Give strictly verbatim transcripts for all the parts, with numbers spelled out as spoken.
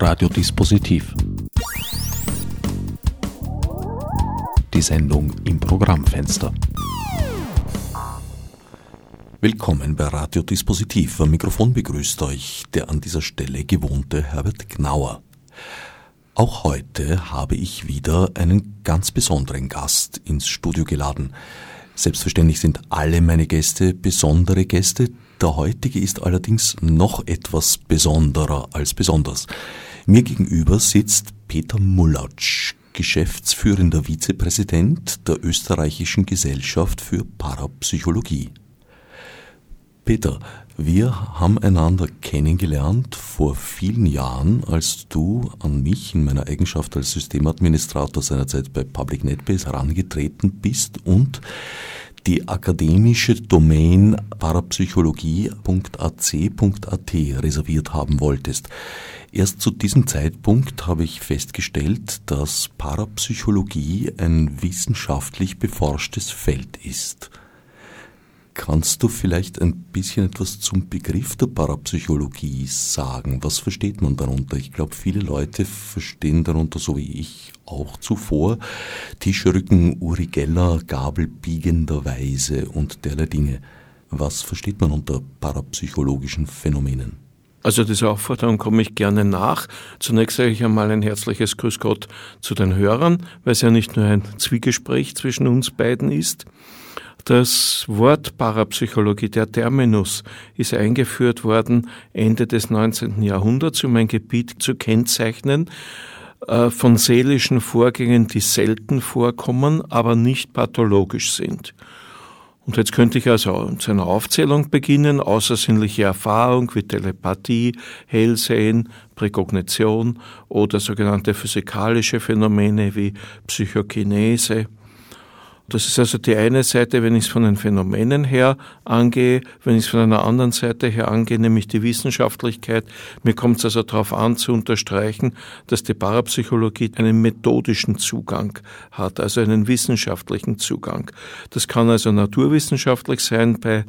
Radiodispositiv. Die Sendung im Programmfenster. Willkommen bei Radiodispositiv. Am Mikrofon begrüßt euch der an dieser Stelle gewohnte Herbert Gnauer. Auch heute habe ich wieder einen ganz besonderen Gast ins Studio geladen. Selbstverständlich sind alle meine Gäste besondere Gäste. Der heutige ist allerdings noch etwas besonderer als besonders. Mir gegenüber sitzt Peter Mullatsch, geschäftsführender Vizepräsident der Österreichischen Gesellschaft für Parapsychologie. Peter, wir haben einander kennengelernt vor vielen Jahren, als du an mich in meiner Eigenschaft als Systemadministrator seinerzeit bei Public NetBase herangetreten bist und die akademische Domain parapsychologie punkt a c punkt a t reserviert haben wolltest. Erst zu diesem Zeitpunkt habe ich festgestellt, dass Parapsychologie ein wissenschaftlich beforschtes Feld ist. Kannst du vielleicht ein bisschen etwas zum Begriff der Parapsychologie sagen? Was versteht man darunter? Ich glaube, viele Leute verstehen darunter, so wie ich auch zuvor, Tischrücken, Uri Geller, Gabel biegenderweise und derlei Dinge. Was versteht man unter parapsychologischen Phänomenen? Also dieser Aufforderung komme ich gerne nach. Zunächst sage ich einmal ein herzliches Grüß Gott zu den Hörern, weil es ja nicht nur ein Zwiegespräch zwischen uns beiden ist. Das Wort Parapsychologie, der Terminus, ist eingeführt worden Ende des neunzehnten Jahrhunderts, um ein Gebiet zu kennzeichnen äh, von seelischen Vorgängen, die selten vorkommen, aber nicht pathologisch sind. Und jetzt könnte ich also zu einer Aufzählung beginnen. Außersinnliche Erfahrung wie Telepathie, Hellsehen, Präkognition oder sogenannte physikalische Phänomene wie Psychokinese. Das ist also die eine Seite, wenn ich es von den Phänomenen her angehe, wenn ich es von einer anderen Seite her angehe, nämlich die Wissenschaftlichkeit. Mir kommt es also darauf an zu unterstreichen, dass die Parapsychologie einen methodischen Zugang hat, also einen wissenschaftlichen Zugang. Das kann also naturwissenschaftlich sein bei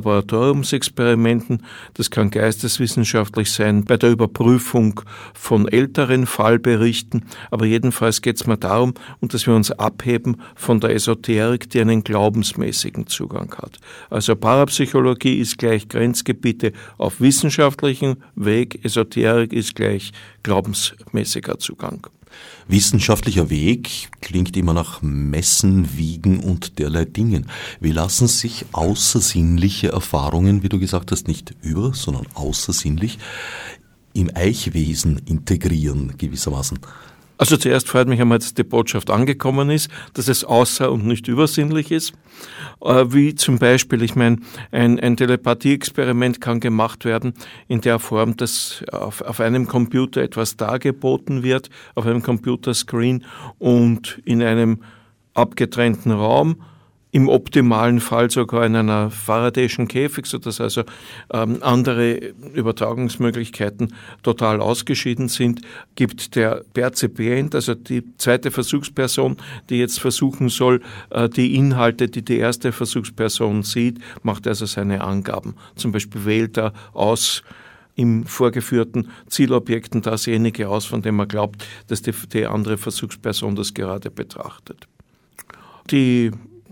Laboratoriumsexperimenten, das kann geisteswissenschaftlich sein bei der Überprüfung von älteren Fallberichten, aber jedenfalls geht es mir darum, und dass wir uns abheben von der Esoterik, die einen glaubensmäßigen Zugang hat. Also Parapsychologie ist gleich Grenzgebiete auf wissenschaftlichem Weg, Esoterik ist gleich glaubensmäßiger Zugang. Wissenschaftlicher Weg klingt immer nach Messen, Wiegen und derlei Dingen. Wie lassen sich außersinnliche Erfahrungen, wie du gesagt hast, nicht über, sondern außersinnlich, im Eichwesen integrieren gewissermaßen? Also zuerst freut mich einmal, dass die Botschaft angekommen ist, dass es außer- und nicht übersinnlich ist. Wie zum Beispiel, ich meine, ein, ein Telepathie-Experiment kann gemacht werden in der Form, dass auf, auf einem Computer etwas dargeboten wird, auf einem Computerscreen und in einem abgetrennten Raum, im optimalen Fall sogar in einer Faradayschen Käfig, sodass also ähm, andere Übertragungsmöglichkeiten total ausgeschieden sind, gibt der Perzipient, also die zweite Versuchsperson, die jetzt versuchen soll, äh, die Inhalte, die die erste Versuchsperson sieht, macht also seine Angaben. Zum Beispiel wählt er aus im vorgeführten Zielobjekten dasjenige aus, von dem er glaubt, dass die, die andere Versuchsperson das gerade betrachtet. Die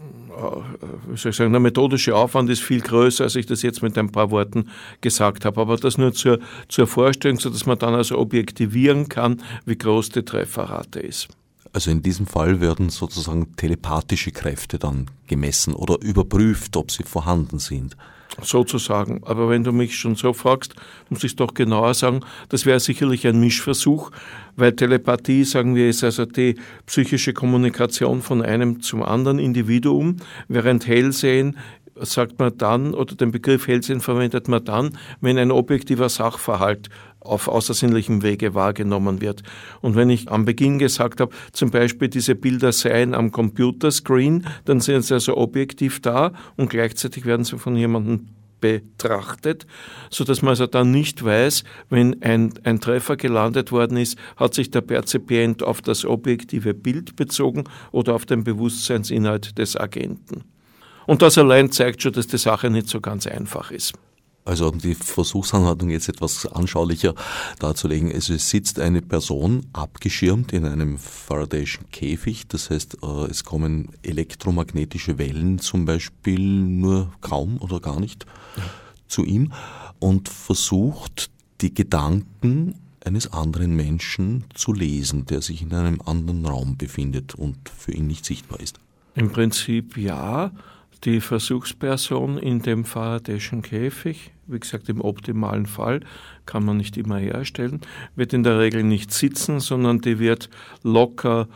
wie soll ich sagen, der methodische Aufwand ist viel größer, als ich das jetzt mit ein paar Worten gesagt habe. Aber das nur zur, zur Vorstellung, sodass man dann also objektivieren kann, wie groß die Trefferrate ist. Also in diesem Fall werden sozusagen telepathische Kräfte dann gemessen oder überprüft, ob sie vorhanden sind. Sozusagen. Aber wenn du mich schon so fragst, muss ich es doch genauer sagen, das wäre sicherlich ein Mischversuch, weil Telepathie, sagen wir, ist also die psychische Kommunikation von einem zum anderen Individuum, während Hellsehen sagt man dann, oder den Begriff Hellsehen verwendet man dann, wenn ein objektiver Sachverhalt auf außersinnlichem Wege wahrgenommen wird. Und wenn ich am Beginn gesagt habe, zum Beispiel diese Bilder seien am Computerscreen, dann sind sie also objektiv da und gleichzeitig werden sie von jemandem betrachtet, sodass man also dann nicht weiß, wenn ein, ein Treffer gelandet worden ist, hat sich der Perzipient auf das objektive Bild bezogen oder auf den Bewusstseinsinhalt des Agenten. Und das allein zeigt schon, dass die Sache nicht so ganz einfach ist. Also um die Versuchsanordnung jetzt etwas anschaulicher darzulegen. Also es sitzt eine Person abgeschirmt in einem Faradayschen Käfig. Das heißt, es kommen elektromagnetische Wellen zum Beispiel nur kaum oder gar nicht ja. zu ihm und versucht, die Gedanken eines anderen Menschen zu lesen, der sich in einem anderen Raum befindet und für ihn nicht sichtbar ist. Im Prinzip ja. Die Versuchsperson in dem Faradayschen Käfig, wie gesagt, im optimalen Fall, kann man nicht immer herstellen, wird in der Regel nicht sitzen, sondern die wird locker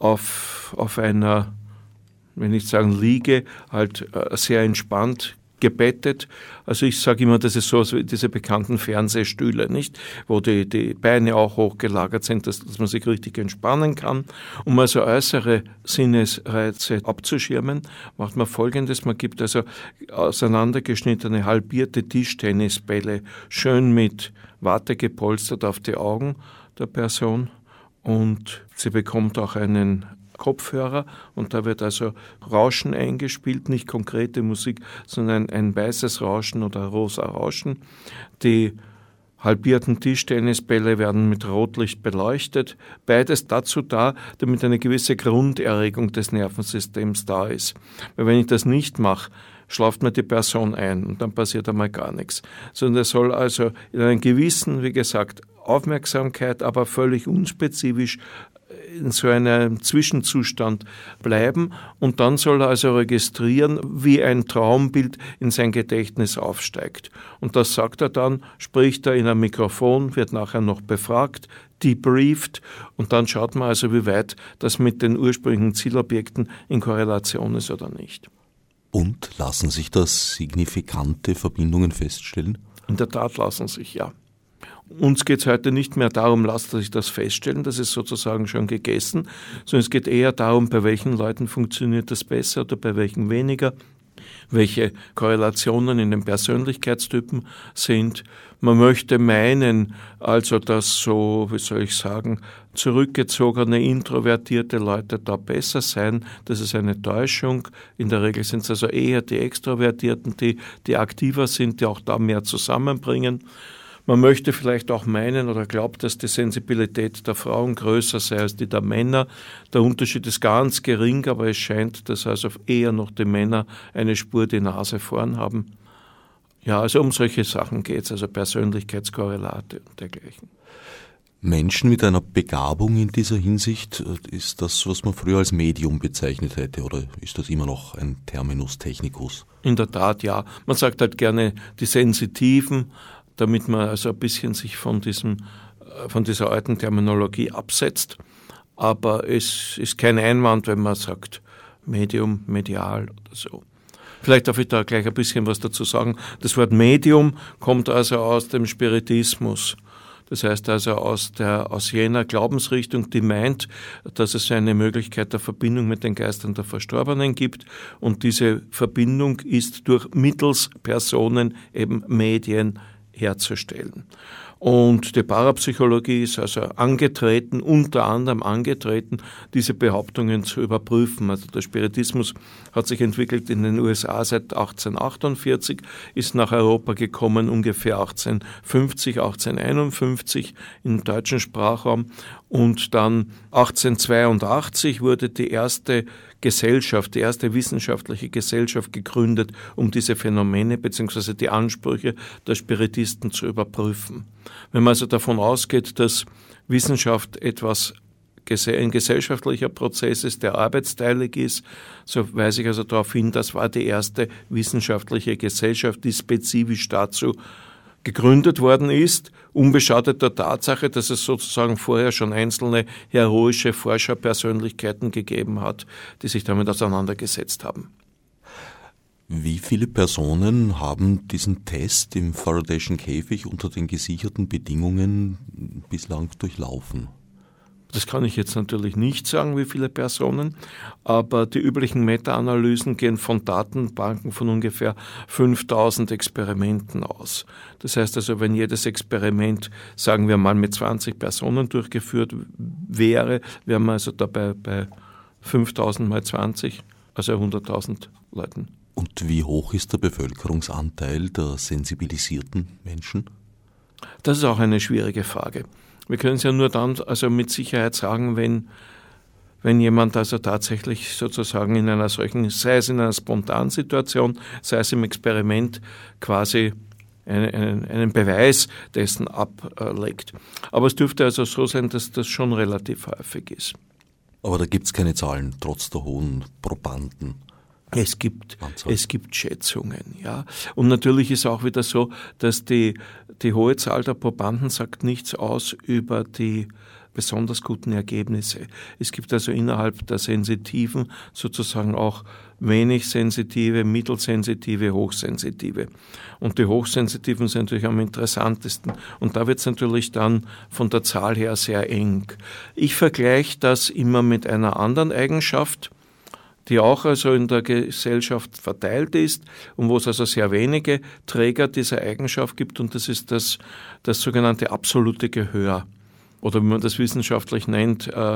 auf, auf einer, wenn ich sagen Liege, halt sehr entspannt gebettet. Also ich sage immer, das ist so wie diese bekannten Fernsehstühle, nicht, wo die, die Beine auch hochgelagert sind, dass, dass man sich richtig entspannen kann. Um also äußere Sinnesreize abzuschirmen, macht man Folgendes. Man gibt also auseinandergeschnittene, halbierte Tischtennisbälle schön mit Watte gepolstert auf die Augen der Person und sie bekommt auch einen Kopfhörer und da wird also Rauschen eingespielt, nicht konkrete Musik, sondern ein weißes Rauschen oder rosa Rauschen. Die halbierten Tischtennisbälle werden mit Rotlicht beleuchtet. Beides dazu da, damit eine gewisse Grunderregung des Nervensystems da ist. Weil wenn ich das nicht mache, schlaft mir die Person ein und dann passiert einmal gar nichts. Sondern es soll also in einem gewissen, wie gesagt, Aufmerksamkeit, aber völlig unspezifisch in so einem Zwischenzustand bleiben und dann soll er also registrieren, wie ein Traumbild in sein Gedächtnis aufsteigt. Und das sagt er dann, spricht er in ein Mikrofon, wird nachher noch befragt, debrieft und dann schaut man also, wie weit das mit den ursprünglichen Zielobjekten in Korrelation ist oder nicht. Und lassen sich da signifikante Verbindungen feststellen? In der Tat lassen sich, ja. Uns geht es heute nicht mehr darum, lasst sich das feststellen, das ist sozusagen schon gegessen, sondern es geht eher darum, bei welchen Leuten funktioniert das besser oder bei welchen weniger, welche Korrelationen in den Persönlichkeitstypen sind. Man möchte meinen, also dass so, wie soll ich sagen, zurückgezogene, introvertierte Leute da besser sein. Das ist eine Täuschung. In der Regel sind es also eher die Extrovertierten, die, die aktiver sind, die auch da mehr zusammenbringen. Man möchte vielleicht auch meinen oder glaubt, dass die Sensibilität der Frauen größer sei als die der Männer. Der Unterschied ist ganz gering, aber es scheint, dass also eher noch die Männer eine Spur die Nase vorn haben. Ja, also um solche Sachen geht es, also Persönlichkeitskorrelate und dergleichen. Menschen mit einer Begabung in dieser Hinsicht, ist das, was man früher als Medium bezeichnet hätte, oder ist das immer noch ein Terminus technicus? In der Tat, ja. Man sagt halt gerne die Sensitiven, damit man also ein bisschen sich von diesem, von dieser alten Terminologie absetzt. Aber es ist kein Einwand, wenn man sagt Medium, medial oder so. Vielleicht darf ich da gleich ein bisschen was dazu sagen. Das Wort Medium kommt also aus dem Spiritismus. Das heißt also aus der, aus jener Glaubensrichtung, die meint, dass es eine Möglichkeit der Verbindung mit den Geistern der Verstorbenen gibt. Und diese Verbindung ist durch mittels Personen, eben Medien, herzustellen. Und die Parapsychologie ist also angetreten, unter anderem angetreten, diese Behauptungen zu überprüfen. Also der Spiritismus hat sich entwickelt in den U S A seit achtzehnhundertachtundvierzig, ist nach Europa gekommen ungefähr achtzehnhundertfünfzig, achtzehnhunderteinundfünfzig im deutschen Sprachraum und dann achtzehnhundertzweiundachtzig wurde die erste Gesellschaft, die erste wissenschaftliche Gesellschaft gegründet, um diese Phänomene bzw. die Ansprüche der Spiritisten zu überprüfen. Wenn man also davon ausgeht, dass Wissenschaft etwas ein gesellschaftlicher Prozess ist, der arbeitsteilig ist, so weise ich also darauf hin, das war die erste wissenschaftliche Gesellschaft, die spezifisch dazu gegründet worden ist, unbeschadet der Tatsache, dass es sozusagen vorher schon einzelne heroische Forscherpersönlichkeiten gegeben hat, die sich damit auseinandergesetzt haben. Wie viele Personen haben diesen Test im Faradayschen Käfig unter den gesicherten Bedingungen bislang durchlaufen? Das kann ich jetzt natürlich nicht sagen, wie viele Personen, aber die üblichen Meta-Analysen gehen von Datenbanken von ungefähr fünftausend Experimenten aus. Das heißt also, wenn jedes Experiment, sagen wir mal, mit zwanzig Personen durchgeführt wäre, wären wir also dabei bei fünftausend mal zwanzig, also hunderttausend Leuten. Und wie hoch ist der Bevölkerungsanteil der sensibilisierten Menschen? Das ist auch eine schwierige Frage. Wir können es ja nur dann also mit Sicherheit sagen, wenn, wenn jemand also tatsächlich sozusagen in einer solchen, sei es in einer Spontansituation, sei es im Experiment, quasi einen, einen Beweis dessen ablegt. Aber es dürfte also so sein, dass das schon relativ häufig ist. Aber da gibt es keine Zahlen, trotz der hohen Probanden. Es gibt, es gibt Schätzungen, ja. Und natürlich ist auch wieder so, dass die, die hohe Zahl der Probanden sagt nichts aus über die besonders guten Ergebnisse. Es gibt also innerhalb der Sensitiven sozusagen auch wenig sensitive, mittelsensitive, hochsensitive. Und die Hochsensitiven sind natürlich am interessantesten. Und da wird es natürlich dann von der Zahl her sehr eng. Ich vergleiche das immer mit einer anderen Eigenschaft, die auch also in der Gesellschaft verteilt ist und wo es also sehr wenige Träger dieser Eigenschaft gibt, und das ist das, das sogenannte absolute Gehör oder wie man das wissenschaftlich nennt, äh,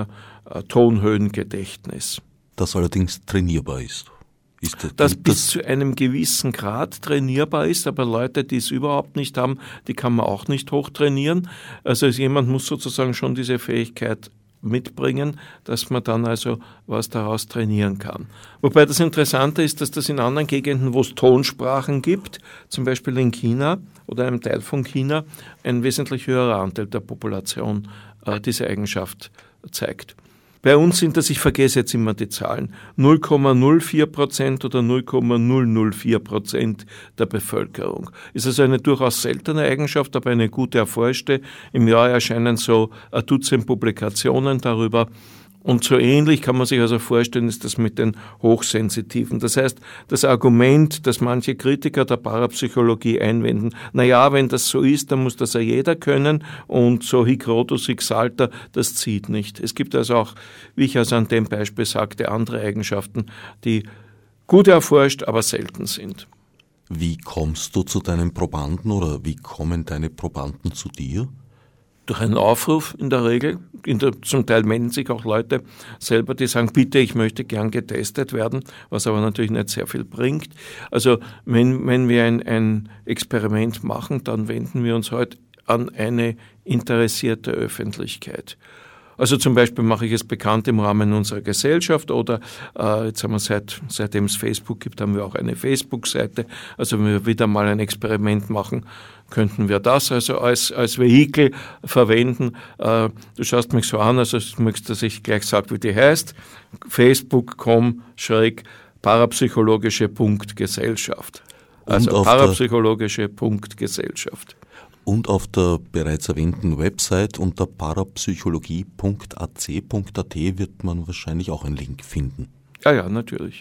Tonhöhengedächtnis. Das allerdings trainierbar ist. Ist das, das bis das zu einem gewissen Grad trainierbar ist, aber Leute, die es überhaupt nicht haben, die kann man auch nicht hochtrainieren. Also jemand muss sozusagen schon diese Fähigkeit mitbringen, dass man dann also was daraus trainieren kann. Wobei das Interessante ist, dass das in anderen Gegenden, wo es Tonsprachen gibt, zum Beispiel in China oder einem Teil von China, ein wesentlich höherer Anteil der Population äh, diese Eigenschaft zeigt. Bei uns sind das, ich vergesse jetzt immer die Zahlen, null Komma null vier Prozent oder null Komma null null vier Prozent der Bevölkerung. Ist also eine durchaus seltene Eigenschaft, aber eine gute erforschte. Im Jahr erscheinen so ein Dutzend Publikationen darüber. Und so ähnlich kann man sich also vorstellen, ist das mit den Hochsensitiven. Das heißt, das Argument, das manche Kritiker der Parapsychologie einwenden, na ja, wenn das so ist, dann muss das ja jeder können und so hic Rhodus hic salta, das zieht nicht. Es gibt also auch, wie ich also an dem Beispiel sagte, andere Eigenschaften, die gut erforscht, aber selten sind. Wie kommst du zu deinen Probanden oder wie kommen deine Probanden zu dir? Durch einen Aufruf in der Regel. In der, zum Teil melden sich auch Leute selber, die sagen, bitte, ich möchte gern getestet werden, was aber natürlich nicht sehr viel bringt. Also wenn, wenn wir ein, ein Experiment machen, dann wenden wir uns heute an eine interessierte Öffentlichkeit. Also zum Beispiel mache ich es bekannt im Rahmen unserer Gesellschaft oder äh, jetzt haben wir seit, seitdem es Facebook gibt, haben wir auch eine Facebook-Seite. Also wenn wir wieder mal ein Experiment machen, könnten wir das also als, als Vehikel verwenden. Äh, du schaust mich so an, also du möchtest, dass ich gleich sage, wie die heißt. facebook punkt com schräg parapsychologische Punkt Gesellschaft. Also parapsychologische Punkt Gesellschaft. Und auf der bereits erwähnten Website unter parapsychologie punkt a c punkt a t wird man wahrscheinlich auch einen Link finden. Ja, ja, natürlich.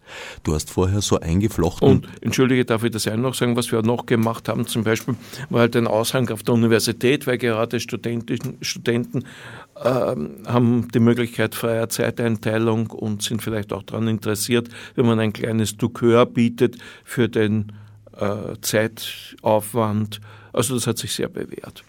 Du hast vorher so eingeflochten. Und, entschuldige, darf ich das auch noch sagen, was wir noch gemacht haben, zum Beispiel war halt ein Aushang auf der Universität, weil gerade Studenten, Studenten äh, haben die Möglichkeit freier Zeiteinteilung und sind vielleicht auch daran interessiert, wenn man ein kleines Douceur bietet für den äh, Zeitaufwand. Also das hat sich sehr bewährt.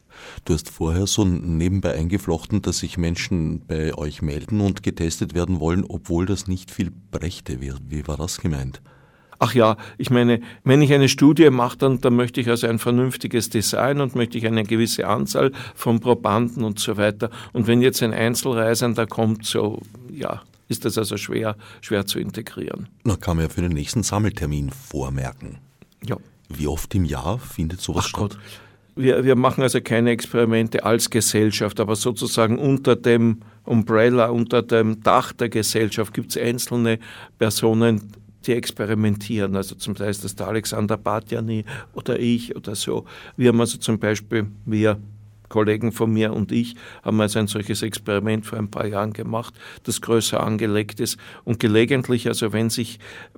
Du hast vorher so nebenbei eingeflochten, dass sich Menschen bei euch melden und getestet werden wollen, obwohl das nicht viel brächte. Wie, wie war das gemeint? Ach ja, ich meine, wenn ich eine Studie mache, dann, dann möchte ich also ein vernünftiges Design und möchte ich eine gewisse Anzahl von Probanden und so weiter. Und wenn jetzt ein Einzelreisender kommt, so, ja, ist das also schwer, schwer zu integrieren. Na, kann man ja für den nächsten Sammeltermin vormerken. Ja. Wie oft im Jahr findet sowas Ach statt? Gott. Wir, wir machen also keine Experimente als Gesellschaft, aber sozusagen unter dem Umbrella, unter dem Dach der Gesellschaft gibt es einzelne Personen, die experimentieren. Also zum Beispiel ist das der Alexander Batjani oder ich oder so. Wir haben also zum Beispiel, wir Kollegen von mir und ich haben also ein solches Experiment vor ein paar Jahren gemacht, das größer angelegt ist und gelegentlich, also wenn sich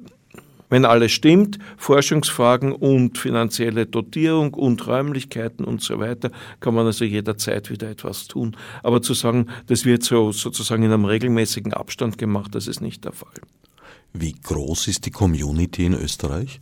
Wenn alles stimmt, Forschungsfragen und finanzielle Dotierung und Räumlichkeiten und so weiter, kann man also jederzeit wieder etwas tun. Aber zu sagen, das wird so sozusagen in einem regelmäßigen Abstand gemacht, das ist nicht der Fall. Wie groß ist die Community in Österreich?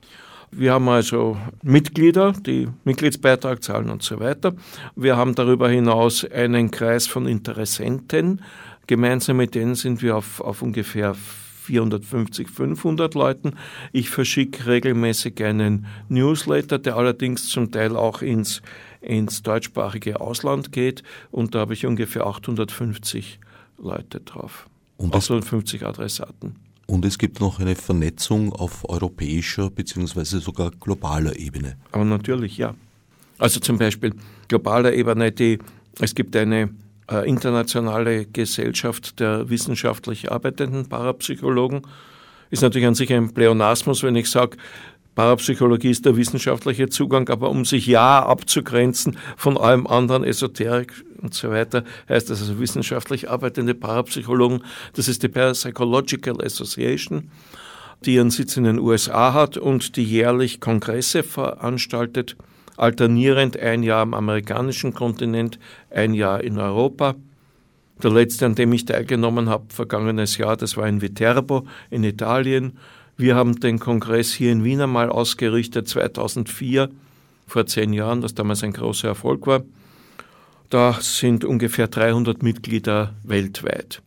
Wir haben also Mitglieder, die Mitgliedsbeitrag zahlen und so weiter. Wir haben darüber hinaus einen Kreis von Interessenten. Gemeinsam mit denen sind wir auf, auf ungefähr vierhundertfünfzig, fünfhundert Leuten. Ich verschicke regelmäßig einen Newsletter, der allerdings zum Teil auch ins, ins deutschsprachige Ausland geht. Und da habe ich ungefähr achthundertfünfzig Leute drauf. Und achthundertfünfzig Adressaten. Und es gibt noch eine Vernetzung auf europäischer bzw. sogar globaler Ebene. Aber natürlich, ja. Also zum Beispiel globaler Ebene, die, es gibt eine äh, internationale Gesellschaft der wissenschaftlich arbeitenden Parapsychologen. Ist natürlich an sich ein Pleonasmus, wenn ich sage, Parapsychologie ist der wissenschaftliche Zugang, aber um sich ja abzugrenzen von allem anderen, Esoterik und so weiter, heißt das also wissenschaftlich arbeitende Parapsychologen. Das ist die Parapsychological Association, die ihren Sitz in den U S A hat und die jährlich Kongresse veranstaltet, alternierend ein Jahr am amerikanischen Kontinent, ein Jahr in Europa. Der letzte, an dem ich teilgenommen habe, vergangenes Jahr, das war in Viterbo in Italien. Wir haben den Kongress hier in Wien einmal ausgerichtet, zweitausendvier, vor zehn Jahren, das damals ein großer Erfolg war. Da sind ungefähr dreihundert Mitglieder weltweit.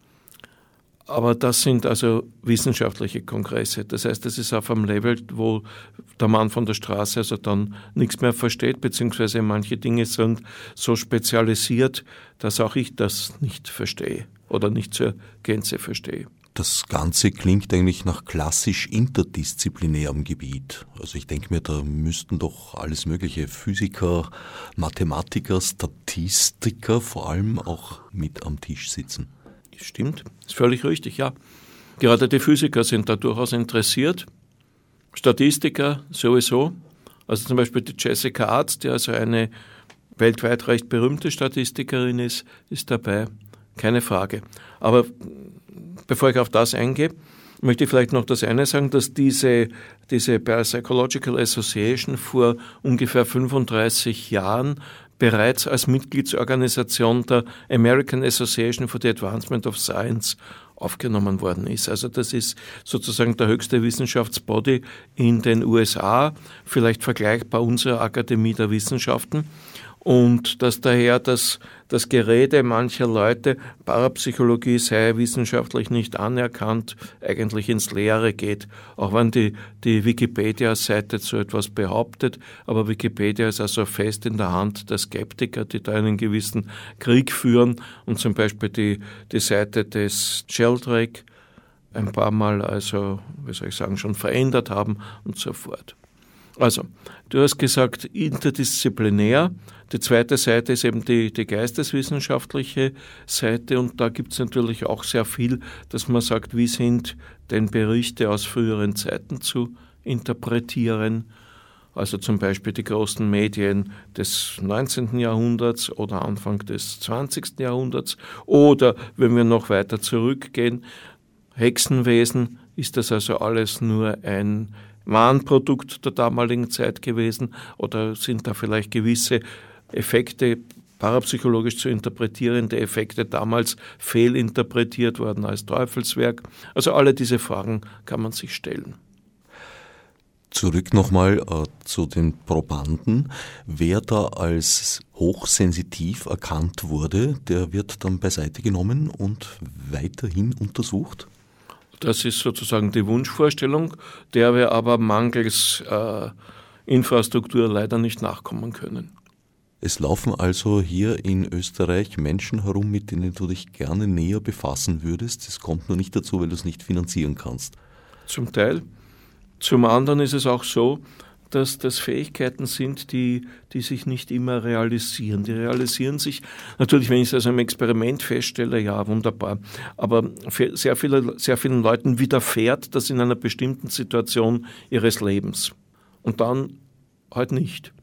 Aber das sind also wissenschaftliche Kongresse. Das heißt, das ist auf einem Level, wo der Mann von der Straße also dann nichts mehr versteht, beziehungsweise manche Dinge sind so spezialisiert, dass auch ich das nicht verstehe oder nicht zur Gänze verstehe. Das Ganze klingt eigentlich nach klassisch interdisziplinärem Gebiet. Also ich denke mir, da müssten doch alles mögliche Physiker, Mathematiker, Statistiker vor allem auch mit am Tisch sitzen. Stimmt, ist völlig richtig, ja. Gerade die Physiker sind da durchaus interessiert. Statistiker sowieso. Also zum Beispiel die Jessica Arzt, die also eine weltweit recht berühmte Statistikerin ist, ist dabei. Keine Frage. Aber bevor ich auf das eingehe, möchte ich vielleicht noch das eine sagen, dass diese, diese Parapsychological Association vor ungefähr fünfunddreißig Jahren bereits als Mitgliedsorganisation der American Association for the Advancement of Science aufgenommen worden ist. Also das ist sozusagen der höchste Wissenschaftsbody in den U S A, vielleicht vergleichbar unserer Akademie der Wissenschaften. Und dass daher das, das Gerede mancher Leute, Parapsychologie sei wissenschaftlich nicht anerkannt, eigentlich ins Leere geht. Auch wenn die, die Wikipedia-Seite so etwas behauptet, aber Wikipedia ist also fest in der Hand der Skeptiker, die da einen gewissen Krieg führen und zum Beispiel die, die Seite des Sheldrake ein paar Mal, also, wie soll ich sagen, schon verändert haben und so fort. Also, du hast gesagt, interdisziplinär. Die zweite Seite ist eben die, die geisteswissenschaftliche Seite und da gibt es natürlich auch sehr viel, dass man sagt, wie sind denn Berichte aus früheren Zeiten zu interpretieren. Also zum Beispiel die großen Medien des neunzehnten Jahrhunderts oder Anfang des zwanzigsten Jahrhunderts. Oder, wenn wir noch weiter zurückgehen, Hexenwesen, ist das also alles nur ein Warenprodukt der damaligen Zeit gewesen oder sind da vielleicht gewisse Effekte, parapsychologisch zu interpretierende Effekte damals fehlinterpretiert worden als Teufelswerk? Also alle diese Fragen kann man sich stellen. Zurück nochmal äh, zu den Probanden. Wer da als hochsensitiv erkannt wurde, der wird dann beiseite genommen und weiterhin untersucht? Das ist sozusagen die Wunschvorstellung, der wir aber mangels äh, Infrastruktur leider nicht nachkommen können. Es laufen also hier in Österreich Menschen herum, mit denen du dich gerne näher befassen würdest. Es kommt nur nicht dazu, weil du es nicht finanzieren kannst. Zum Teil. Zum anderen ist es auch so, dass das Fähigkeiten sind, die, die sich nicht immer realisieren. Die realisieren sich, natürlich, wenn ich es also im Experiment feststelle, ja, wunderbar. Aber für sehr, viele, sehr vielen Leuten widerfährt das in einer bestimmten Situation ihres Lebens. Und dann halt nicht.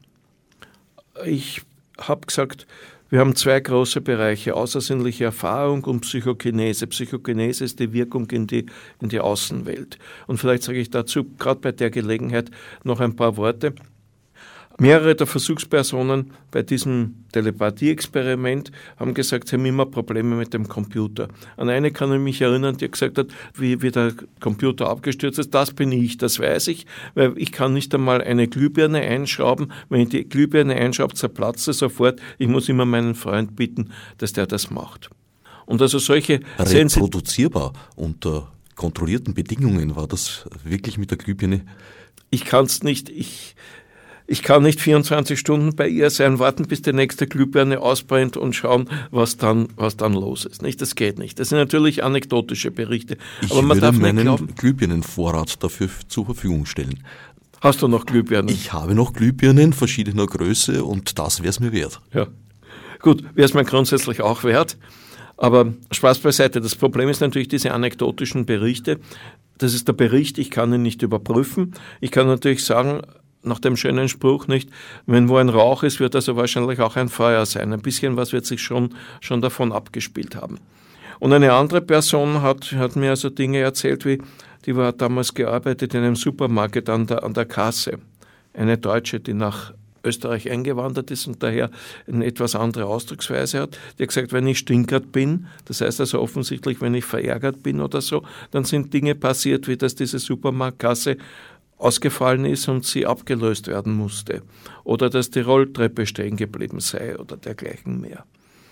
Ich habe gesagt, wir haben zwei große Bereiche, außersinnliche Erfahrung und Psychokinese. Psychokinese ist die Wirkung in die, in die Außenwelt. Und vielleicht sage ich dazu gerade bei der Gelegenheit noch ein paar Worte. Mehrere der Versuchspersonen bei diesem Telepathie-Experiment haben gesagt, sie haben immer Probleme mit dem Computer. An eine kann ich mich erinnern, die gesagt hat, wie, wie der Computer abgestürzt ist. Das bin ich, das weiß ich, weil ich kann nicht einmal eine Glühbirne einschrauben. Wenn ich die Glühbirne einschraube, zerplatzt sie sofort. Ich muss immer meinen Freund bitten, dass der das macht. Und also solche reproduzierbar unter kontrollierten Bedingungen war das wirklich mit der Glühbirne? Ich kann es nicht, ich, ich kann nicht vierundzwanzig Stunden bei ihr sein, warten, bis die nächste Glühbirne ausbrennt und schauen, was dann, was dann los ist. Nicht? Das geht nicht. Das sind natürlich anekdotische Berichte. Ich aber man würde darf meinen nicht glauben, Glühbirnenvorrat dafür zur Verfügung stellen. Hast du noch Glühbirnen? Ich habe noch Glühbirnen verschiedener Größe und das wäre es mir wert. Ja. Gut, wäre es mir grundsätzlich auch wert. Aber Spaß beiseite. Das Problem ist natürlich diese anekdotischen Berichte. Das ist der Bericht, ich kann ihn nicht überprüfen. Ich kann natürlich sagen, nach dem schönen Spruch nicht, wenn wo ein Rauch ist, wird also wahrscheinlich auch ein Feuer sein. Ein bisschen was wird sich schon, schon davon abgespielt haben. Und eine andere Person hat, hat mir also Dinge erzählt, wie, die war damals gearbeitet in einem Supermarkt an der, an der Kasse. Eine Deutsche, die nach Österreich eingewandert ist und daher eine etwas andere Ausdrucksweise hat. Die hat gesagt, wenn ich stinkert bin, das heißt also offensichtlich, wenn ich verärgert bin oder so, dann sind Dinge passiert, wie dass diese Supermarktkasse ausgefallen ist und sie abgelöst werden musste. Oder dass die Rolltreppe stehen geblieben sei oder dergleichen mehr.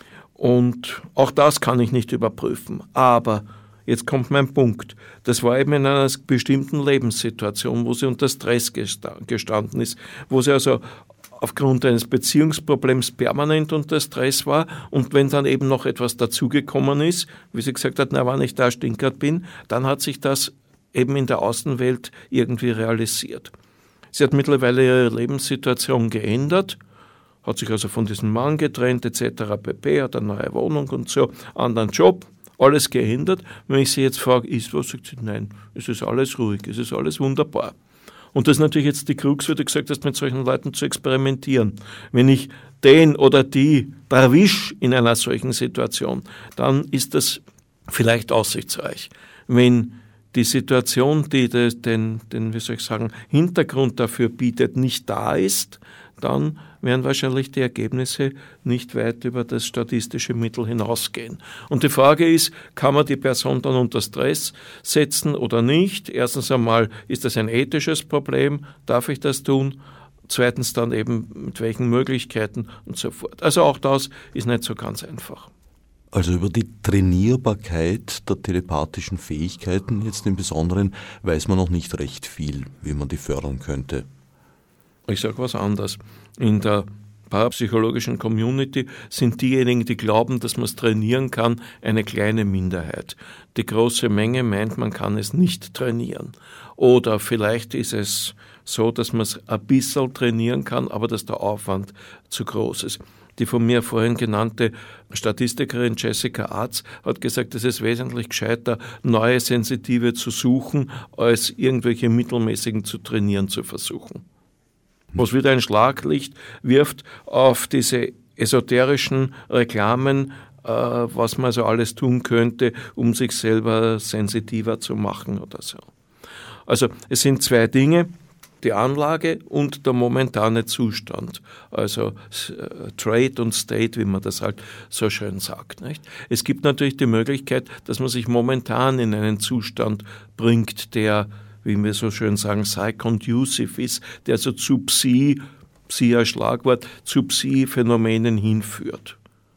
Und auch das kann ich nicht überprüfen. Aber jetzt kommt mein Punkt. Das war eben in einer bestimmten Lebenssituation, wo sie unter Stress gestanden ist, wo sie also aufgrund eines Beziehungsproblems permanent unter Stress war und wenn dann eben noch etwas dazugekommen ist, wie sie gesagt hat, na, wann ich da stinkert bin, dann hat sich das eben in der Außenwelt irgendwie realisiert. Sie hat mittlerweile ihre Lebenssituation geändert, hat sich also von diesem Mann getrennt et cetera pp., hat eine neue Wohnung und so, anderen Job, alles geändert. Wenn ich sie jetzt frage, ist was, sagt sie, nein, es ist alles ruhig, es ist alles wunderbar. Und das ist natürlich jetzt die Krux, wie du gesagt hast, mit solchen Leuten zu experimentieren. Wenn ich den oder die erwische in einer solchen Situation, dann ist das vielleicht aussichtsreich. Wenn die Situation, die den, den, wie soll ich sagen, Hintergrund dafür bietet, nicht da ist, dann werden wahrscheinlich die Ergebnisse nicht weit über das statistische Mittel hinausgehen. Und die Frage ist, kann man die Person dann unter Stress setzen oder nicht? Erstens einmal, ist das ein ethisches Problem? Darf ich das tun? Zweitens dann eben, mit welchen Möglichkeiten und so fort. Also auch das ist nicht so ganz einfach. Also über die Trainierbarkeit der telepathischen Fähigkeiten jetzt im Besonderen weiß man noch nicht recht viel, wie man die fördern könnte. Ich sage was anderes. In der parapsychologischen Community sind diejenigen, die glauben, dass man es trainieren kann, eine kleine Minderheit. Die große Menge meint, man kann es nicht trainieren. Oder vielleicht ist es so, dass man es ein bisschen trainieren kann, aber dass der Aufwand zu groß ist. Die von mir vorhin genannte Statistikerin Jessica Arz hat gesagt, es ist wesentlich gescheiter, neue Sensitive zu suchen, als irgendwelche mittelmäßigen zu trainieren zu versuchen. Was wieder ein Schlaglicht wirft auf diese esoterischen Reklamen, äh, was man also alles tun könnte, um sich selber sensitiver zu machen oder so. Also es sind zwei Dinge, die Anlage und der momentane Zustand, also äh, Trade und State, wie man das halt so schön sagt. Nicht? Es gibt natürlich die Möglichkeit, dass man sich momentan in einen Zustand bringt, der, wie wir so schön sagen, psy-conducive ist, der so zu Psi, Psi als Schlagwort, zu Psi-Phänomenen hinführt.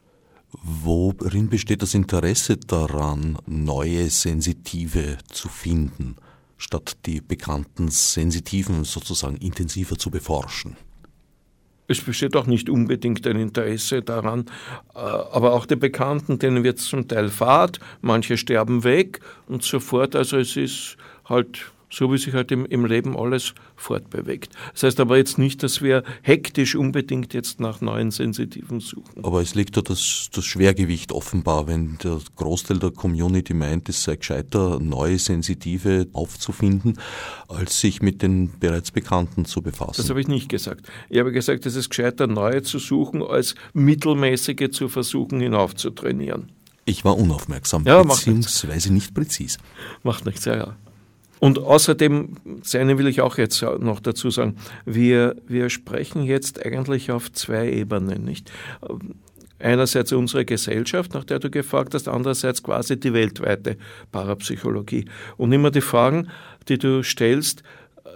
Worin besteht das Interesse daran, neue Sensitive zu finden, statt die bekannten Sensitiven sozusagen intensiver zu beforschen? Es besteht auch nicht unbedingt ein Interesse daran, aber auch die Bekannten, denen wird es zum Teil fad, manche sterben weg und so fort. Also es ist halt so, wie sich halt im, im Leben alles fortbewegt. Das heißt aber jetzt nicht, dass wir hektisch unbedingt jetzt nach neuen Sensitiven suchen. Aber es liegt da das, das Schwergewicht offenbar, wenn der Großteil der Community meint, es sei gescheiter, neue Sensitive aufzufinden, als sich mit den bereits Bekannten zu befassen. Das habe ich nicht gesagt. Ich habe gesagt, es ist gescheiter, neue zu suchen, als mittelmäßige zu versuchen, hinaufzutrainieren. Ich war unaufmerksam, ja, beziehungsweise nicht präzis. Macht nichts, ja, ja. Und außerdem, das eine will ich auch jetzt noch dazu sagen, wir, wir sprechen jetzt eigentlich auf zwei Ebenen, nicht? Einerseits unsere Gesellschaft, nach der du gefragt hast, andererseits quasi die weltweite Parapsychologie. Und immer die Fragen, die du stellst,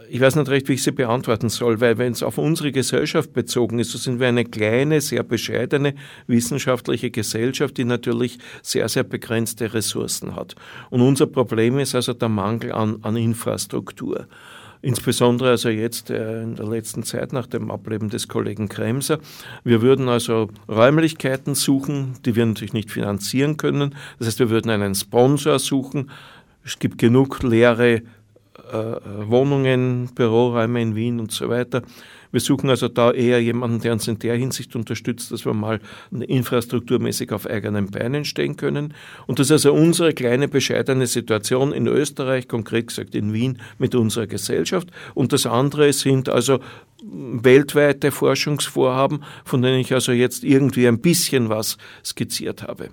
Ich weiß nicht recht, wie ich sie beantworten soll, weil wenn es auf unsere Gesellschaft bezogen ist, so sind wir eine kleine, sehr bescheidene wissenschaftliche Gesellschaft, die natürlich sehr, sehr begrenzte Ressourcen hat. Und unser Problem ist also der Mangel an, an Infrastruktur. Insbesondere also jetzt äh, in der letzten Zeit nach dem Ableben des Kollegen Kremser. Wir würden also Räumlichkeiten suchen, die wir natürlich nicht finanzieren können. Das heißt, wir würden einen Sponsor suchen. Es gibt genug leere äh, Wohnungen, Büroräume in Wien und so weiter. Wir suchen also da eher jemanden, der uns in der Hinsicht unterstützt, dass wir mal infrastrukturmäßig auf eigenen Beinen stehen können. Und das ist also unsere kleine, bescheidene Situation in Österreich, konkret gesagt in Wien, mit unserer Gesellschaft. Und das andere sind also weltweite Forschungsvorhaben, von denen ich also jetzt irgendwie ein bisschen was skizziert habe.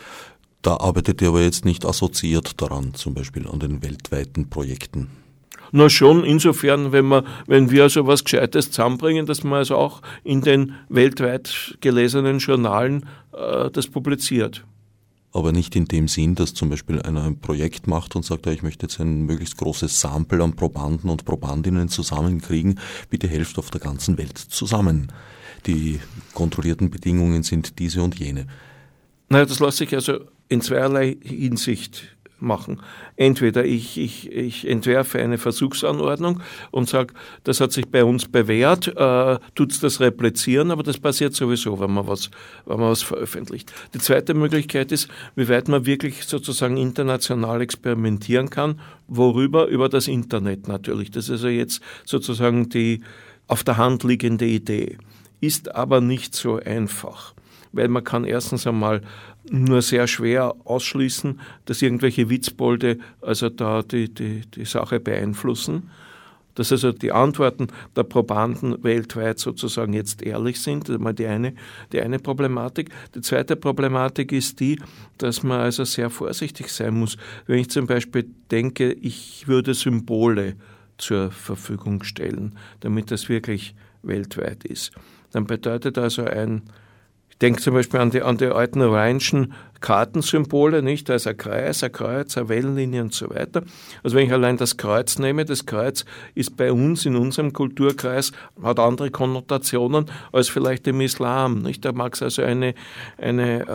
Da arbeitet ihr aber jetzt nicht assoziiert daran, zum Beispiel an den weltweiten Projekten. Na schon, insofern, wenn wir, wenn wir also was Gescheites zusammenbringen, dass man also auch in den weltweit gelesenen Journalen äh, das publiziert. Aber nicht in dem Sinn, dass zum Beispiel einer ein Projekt macht und sagt, ja, ich möchte jetzt ein möglichst großes Sample an Probanden und Probandinnen zusammenkriegen, bitte helft auf der ganzen Welt zusammen. Die kontrollierten Bedingungen sind diese und jene. Naja, das lässt sich also in zweierlei Hinsicht machen. Entweder ich, ich, ich entwerfe eine Versuchsanordnung und sage, das hat sich bei uns bewährt, äh, tut's das replizieren, aber das passiert sowieso, wenn man was, wenn man was veröffentlicht. Die zweite Möglichkeit ist, wie weit man wirklich sozusagen international experimentieren kann, worüber? Über das Internet natürlich. Das ist also jetzt sozusagen die auf der Hand liegende Idee. Ist aber nicht so einfach, weil man kann erstens einmal nur sehr schwer ausschließen, dass irgendwelche Witzbolde also da die, die, die Sache beeinflussen. Dass also die Antworten der Probanden weltweit sozusagen jetzt ehrlich sind, das ist mal die eine, die eine Problematik. Die zweite Problematik ist die, dass man also sehr vorsichtig sein muss. Wenn ich zum Beispiel denke, ich würde Symbole zur Verfügung stellen, damit das wirklich weltweit ist, dann bedeutet also ein Ich denke zum Beispiel an die, an die alten rheinischen Kartensymbole, nicht? Da ist ein Kreis, ein Kreuz, eine Wellenlinie und so weiter. Also wenn ich allein das Kreuz nehme, das Kreuz ist bei uns in unserem Kulturkreis, hat andere Konnotationen als vielleicht im Islam, nicht? Da mag es also eine, eine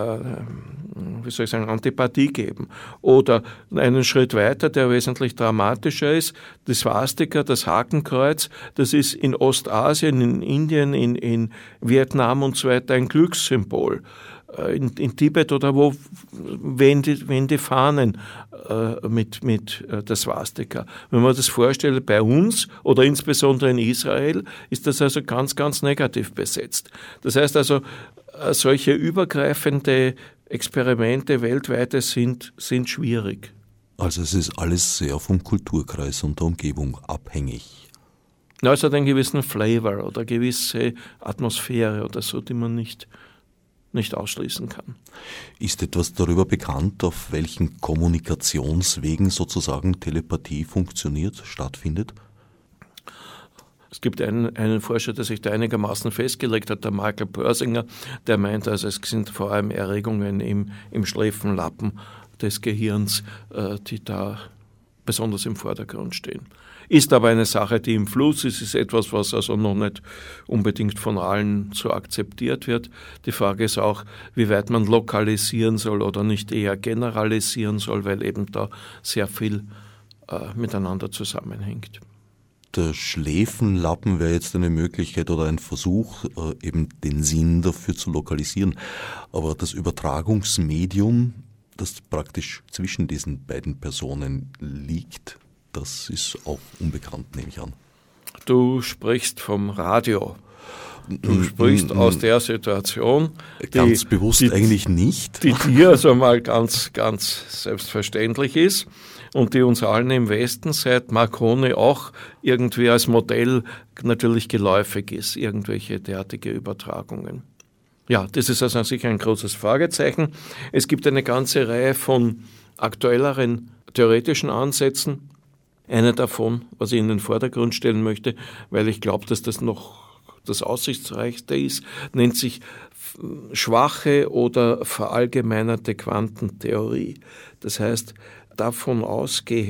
äh, wie soll ich sagen, Antipathie geben. Oder einen Schritt weiter, der wesentlich dramatischer ist, das Swastika, das Hakenkreuz, das ist in Ostasien, in Indien, in, in Vietnam und so weiter ein Glückssymbol. In, in Tibet oder wo wehen die, wehen die Fahnen äh, mit, mit äh, der Swastika. Wenn man das vorstellt, bei uns oder insbesondere in Israel, ist das also ganz, ganz negativ besetzt. Das heißt also, äh, solche übergreifende Experimente weltweit sind, sind schwierig. Also es ist alles sehr vom Kulturkreis und der Umgebung abhängig. Ja, es hat einen gewissen Flavor oder gewisse Atmosphäre oder so, die man nicht nicht ausschließen kann. Ist etwas darüber bekannt, auf welchen Kommunikationswegen sozusagen Telepathie funktioniert, stattfindet? Es gibt einen, einen Forscher, der sich da einigermaßen festgelegt hat, der Michael Persinger, der meint, also es sind vor allem Erregungen im, im Schläfenlappen des Gehirns, äh, die da besonders im Vordergrund stehen. Ist aber eine Sache, die im Fluss ist, ist etwas, was also noch nicht unbedingt von allen so akzeptiert wird. Die Frage ist auch, wie weit man lokalisieren soll oder nicht eher generalisieren soll, weil eben da sehr viel äh, miteinander zusammenhängt. Der Schläfenlappen wäre jetzt eine Möglichkeit oder ein Versuch, äh, eben den Sinn dafür zu lokalisieren. Aber das Übertragungsmedium, das praktisch zwischen diesen beiden Personen liegt, das ist auch unbekannt, nehme ich an. Du sprichst vom Radio. Du sprichst aus der Situation. Ganz die, bewusst die, eigentlich nicht. Die dir also mal ganz, ganz selbstverständlich ist und die uns allen im Westen seit Marconi auch irgendwie als Modell natürlich geläufig ist, irgendwelche derartige Übertragungen. Ja, das ist also sicher ein großes Fragezeichen. Es gibt eine ganze Reihe von aktuelleren theoretischen Ansätzen. Einer davon, was ich in den Vordergrund stellen möchte, weil ich glaube, dass das noch das Aussichtsreichste ist, nennt sich schwache oder verallgemeinerte Quantentheorie. Das heißt, davon ausgehend,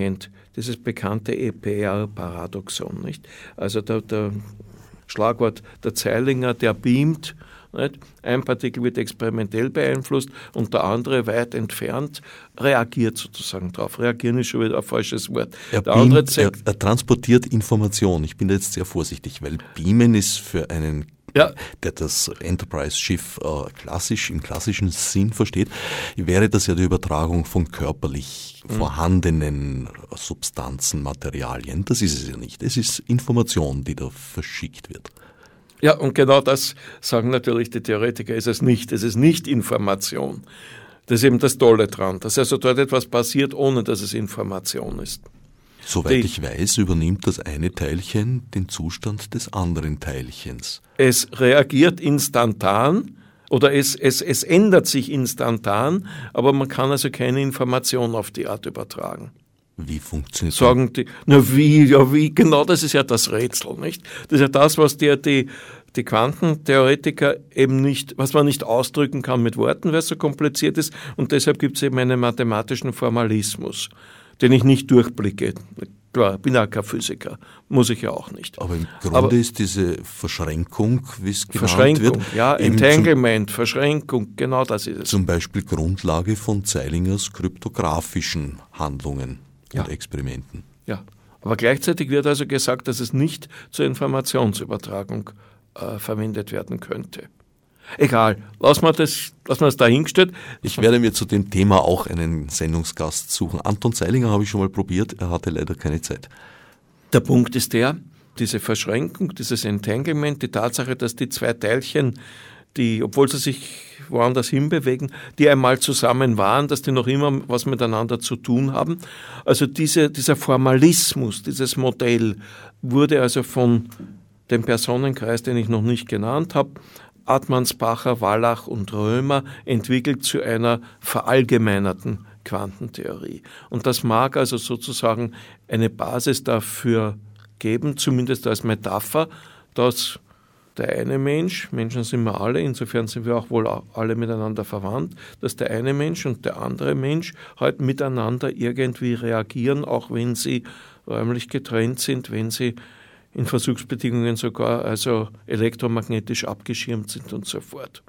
dieses bekannte E P R-Paradoxon, nicht? Also der, der Schlagwort der Zeilinger, der beamt, nicht? Ein Partikel wird experimentell beeinflusst und der andere weit entfernt reagiert sozusagen drauf. Reagieren ist schon wieder ein falsches Wort. Er, der beamt, andere er, er transportiert Information. Ich bin da jetzt sehr vorsichtig, weil beamen ist für einen, ja, der das Enterprise-Schiff äh, klassisch, im klassischen Sinn versteht, wäre das ja die Übertragung von körperlich mhm. vorhandenen Substanzen, Materialien. Das ist es ja nicht. Es ist Information, die da verschickt wird. Ja, und genau das sagen natürlich die Theoretiker, ist es nicht. Es ist nicht Information. Das ist eben das Tolle dran, dass also dort etwas passiert, ohne dass es Information ist. Soweit die, ich weiß, übernimmt das eine Teilchen den Zustand des anderen Teilchens. Es reagiert instantan oder es, es, es ändert sich instantan, aber man kann also keine Information auf die Art übertragen. Wie funktioniert das? Sagen die, na wie, ja wie, genau das ist ja das Rätsel, nicht? Das ist ja das, was die, die, die Quantentheoretiker eben nicht, was man nicht ausdrücken kann mit Worten, weil es so kompliziert ist, und deshalb gibt es eben einen mathematischen Formalismus, den ich nicht durchblicke. Klar, bin ja kein Physiker, muss ich ja auch nicht. Aber im Grunde Aber ist diese Verschränkung, wie es genannt Verschränkung, wird, ja, Entanglement, zum, Verschränkung, genau das ist es. Zum Beispiel Grundlage von Zeilingers kryptografischen Handlungen. Ja. Und Experimenten. Ja, aber gleichzeitig wird also gesagt, dass es nicht zur Informationsübertragung äh, verwendet werden könnte. Egal, lassen wir das, lassen wir das dahingestellt. Ich werde mir zu dem Thema auch einen Sendungsgast suchen. Anton Zeilinger habe ich schon mal probiert, er hatte leider keine Zeit. Der Punkt ist der, diese Verschränkung, dieses Entanglement, die Tatsache, dass die zwei Teilchen, die, obwohl sie sich woanders hinbewegen, die einmal zusammen waren, dass die noch immer was miteinander zu tun haben. Also diese, dieser Formalismus, dieses Modell wurde also von dem Personenkreis, den ich noch nicht genannt habe, Atmanspacher, Wallach und Römer, entwickelt zu einer verallgemeinerten Quantentheorie. Und das mag also sozusagen eine Basis dafür geben, zumindest als Metapher, dass der eine Mensch, Menschen sind wir alle, insofern sind wir auch wohl alle miteinander verwandt, dass der eine Mensch und der andere Mensch halt miteinander irgendwie reagieren, auch wenn sie räumlich getrennt sind, wenn sie in Versuchsbedingungen sogar also elektromagnetisch abgeschirmt sind und so fort.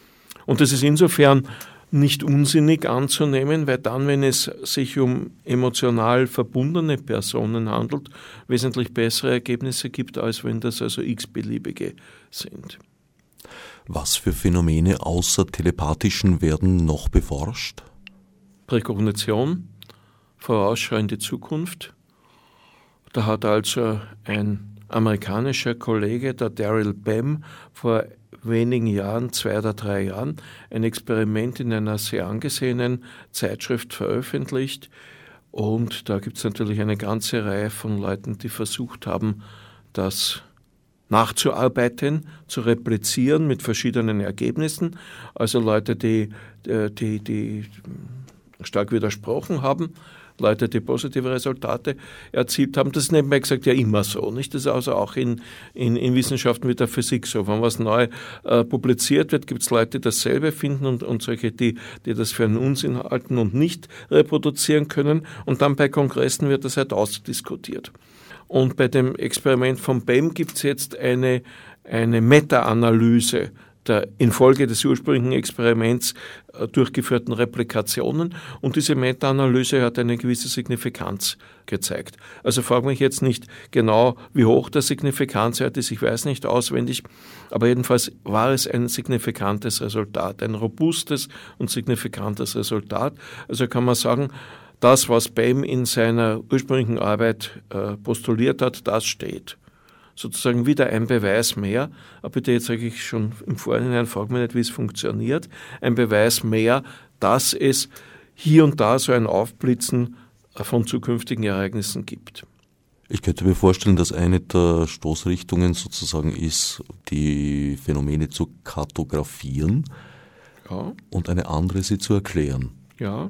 Und das ist insofern nicht unsinnig anzunehmen, weil dann, wenn es sich um emotional verbundene Personen handelt, wesentlich bessere Ergebnisse gibt, als wenn das also x-beliebige sind. Was für Phänomene außer telepathischen werden noch beforscht? Präkognition, Vorausschau in die Zukunft. Da hat also ein amerikanischer Kollege, der Daryl Bem, vor wenigen Jahren, zwei oder drei Jahren, ein Experiment in einer sehr angesehenen Zeitschrift veröffentlicht. Und da gibt es natürlich eine ganze Reihe von Leuten, die versucht haben, das nachzuarbeiten, zu replizieren mit verschiedenen Ergebnissen. Also Leute, die, die, die stark widersprochen haben, Leute, die positive Resultate erzielt haben. Das ist nebenbei gesagt ja immer so, nicht? Das ist also auch in, in, in Wissenschaften wie der Physik so. Wenn was neu äh, publiziert wird, gibt es Leute, die dasselbe finden und, und solche, die, die das für einen Unsinn halten und nicht reproduzieren können. Und dann bei Kongressen wird das halt ausdiskutiert. Und bei dem Experiment von Bem gibt es jetzt eine, eine Meta-Analyse der infolge des ursprünglichen Experiments äh, durchgeführten Replikationen, und diese Meta-Analyse hat eine gewisse Signifikanz gezeigt. Also frage mich jetzt nicht genau, wie hoch der Signifikanzwert ist, ich weiß nicht auswendig, aber jedenfalls war es ein signifikantes Resultat, ein robustes und signifikantes Resultat. Also kann man sagen, das, was Bem in seiner ursprünglichen Arbeit äh, postuliert hat, das steht. Sozusagen wieder ein Beweis mehr, aber bitte jetzt sage ich schon im Vorhinein, frage mich nicht, wie es funktioniert, ein Beweis mehr, dass es hier und da so ein Aufblitzen von zukünftigen Ereignissen gibt. Ich könnte mir vorstellen, dass eine der Stoßrichtungen sozusagen ist, die Phänomene zu kartografieren, ja, und eine andere sie zu erklären. Ja.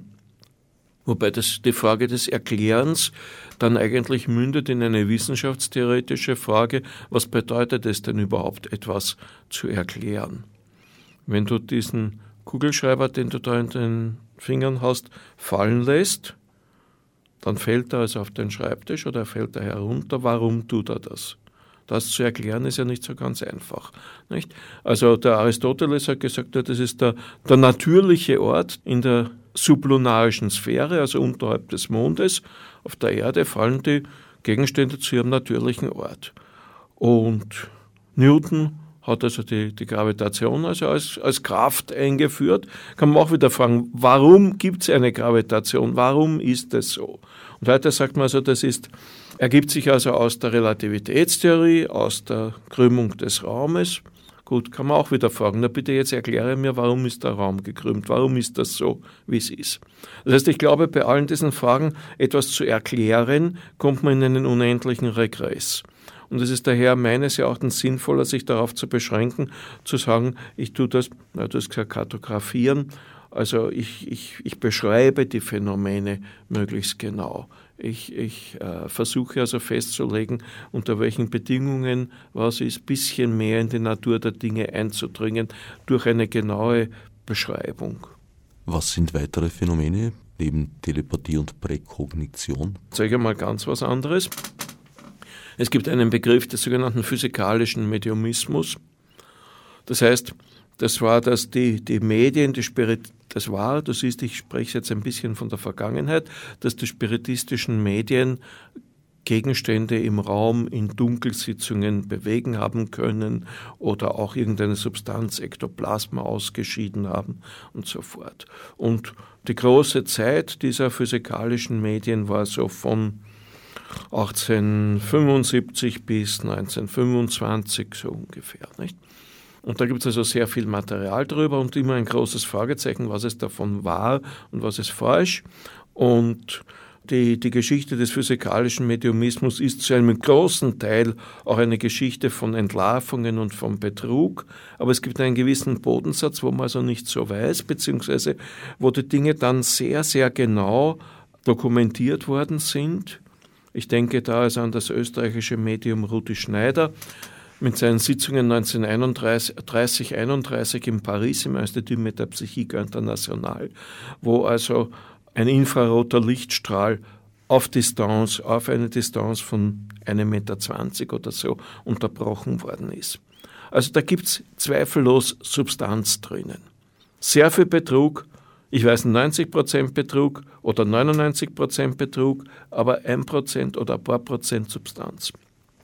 Wobei das, die Frage des Erklärens dann eigentlich mündet in eine wissenschaftstheoretische Frage, was bedeutet es denn überhaupt, etwas zu erklären? Wenn du diesen Kugelschreiber, den du da in den Fingern hast, fallen lässt, Dann fällt er also auf den Schreibtisch oder fällt er herunter. Warum tut er das? Das zu erklären ist ja nicht so ganz einfach. Nicht? Also der Aristoteles hat gesagt, das ist der, der natürliche Ort in der sublunarischen Sphäre, also unterhalb des Mondes. Auf der Erde fallen die Gegenstände zu ihrem natürlichen Ort. Und Newton hat also die, die Gravitation also als, als Kraft eingeführt. Kann man auch wieder fragen, warum gibt es eine Gravitation? Warum ist das so? Und heute sagt man also, das ist, ergibt sich also aus der Relativitätstheorie, aus der Krümmung des Raumes. Gut, kann man auch wieder fragen, na bitte jetzt erkläre mir, warum ist der Raum gekrümmt? Warum ist das so, wie es ist? Das heißt, ich glaube, bei allen diesen Fragen etwas zu erklären, kommt man in einen unendlichen Regress. Und es ist daher meines Erachtens sinnvoller, sich darauf zu beschränken, zu sagen, ich tue das, na, du hast gesagt, kartografieren, also ich, ich, ich beschreibe die Phänomene möglichst genau. Ich, ich äh, versuche also festzulegen, unter welchen Bedingungen was ist, ein bisschen mehr in die Natur der Dinge einzudringen durch eine genaue Beschreibung. Was sind weitere Phänomene neben Telepathie und Präkognition? Ich sage mal ganz was anderes. Es gibt einen Begriff des sogenannten physikalischen Mediumismus. Das heißt, das war, dass die, die Medien, die Spirit, das war, du siehst, ich spreche jetzt ein bisschen von der Vergangenheit, dass die spiritistischen Medien Gegenstände im Raum in Dunkelsitzungen bewegen haben können oder auch irgendeine Substanz, Ektoplasma, ausgeschieden haben und so fort. Und die große Zeit dieser physikalischen Medien war so von achtzehnhundertfünfundsiebzig bis neunzehnhundertfünfundzwanzig so ungefähr, nicht? Und da gibt es also sehr viel Material drüber und immer ein großes Fragezeichen, was es davon war und was ist falsch. Und die, die Geschichte des physikalischen Mediumismus ist zu einem großen Teil auch eine Geschichte von Entlarvungen und von Betrug. Aber es gibt einen gewissen Bodensatz, wo man also nicht so weiß, beziehungsweise wo die Dinge dann sehr, sehr genau dokumentiert worden sind. Ich denke da also an das österreichische Medium Rudi Schneider mit seinen Sitzungen neunzehnhundertdreißig einunddreißig in Paris im Institut Métapsychique International, wo also ein infraroter Lichtstrahl auf Distanz, auf eine Distanz von einem Meter zwanzig oder so unterbrochen worden ist. Also da gibt es zweifellos Substanz drinnen. Sehr viel Betrug, ich weiß neunzig Prozent Betrug oder neunundneunzig Prozent Betrug, aber ein Prozent oder ein paar Prozent Substanz.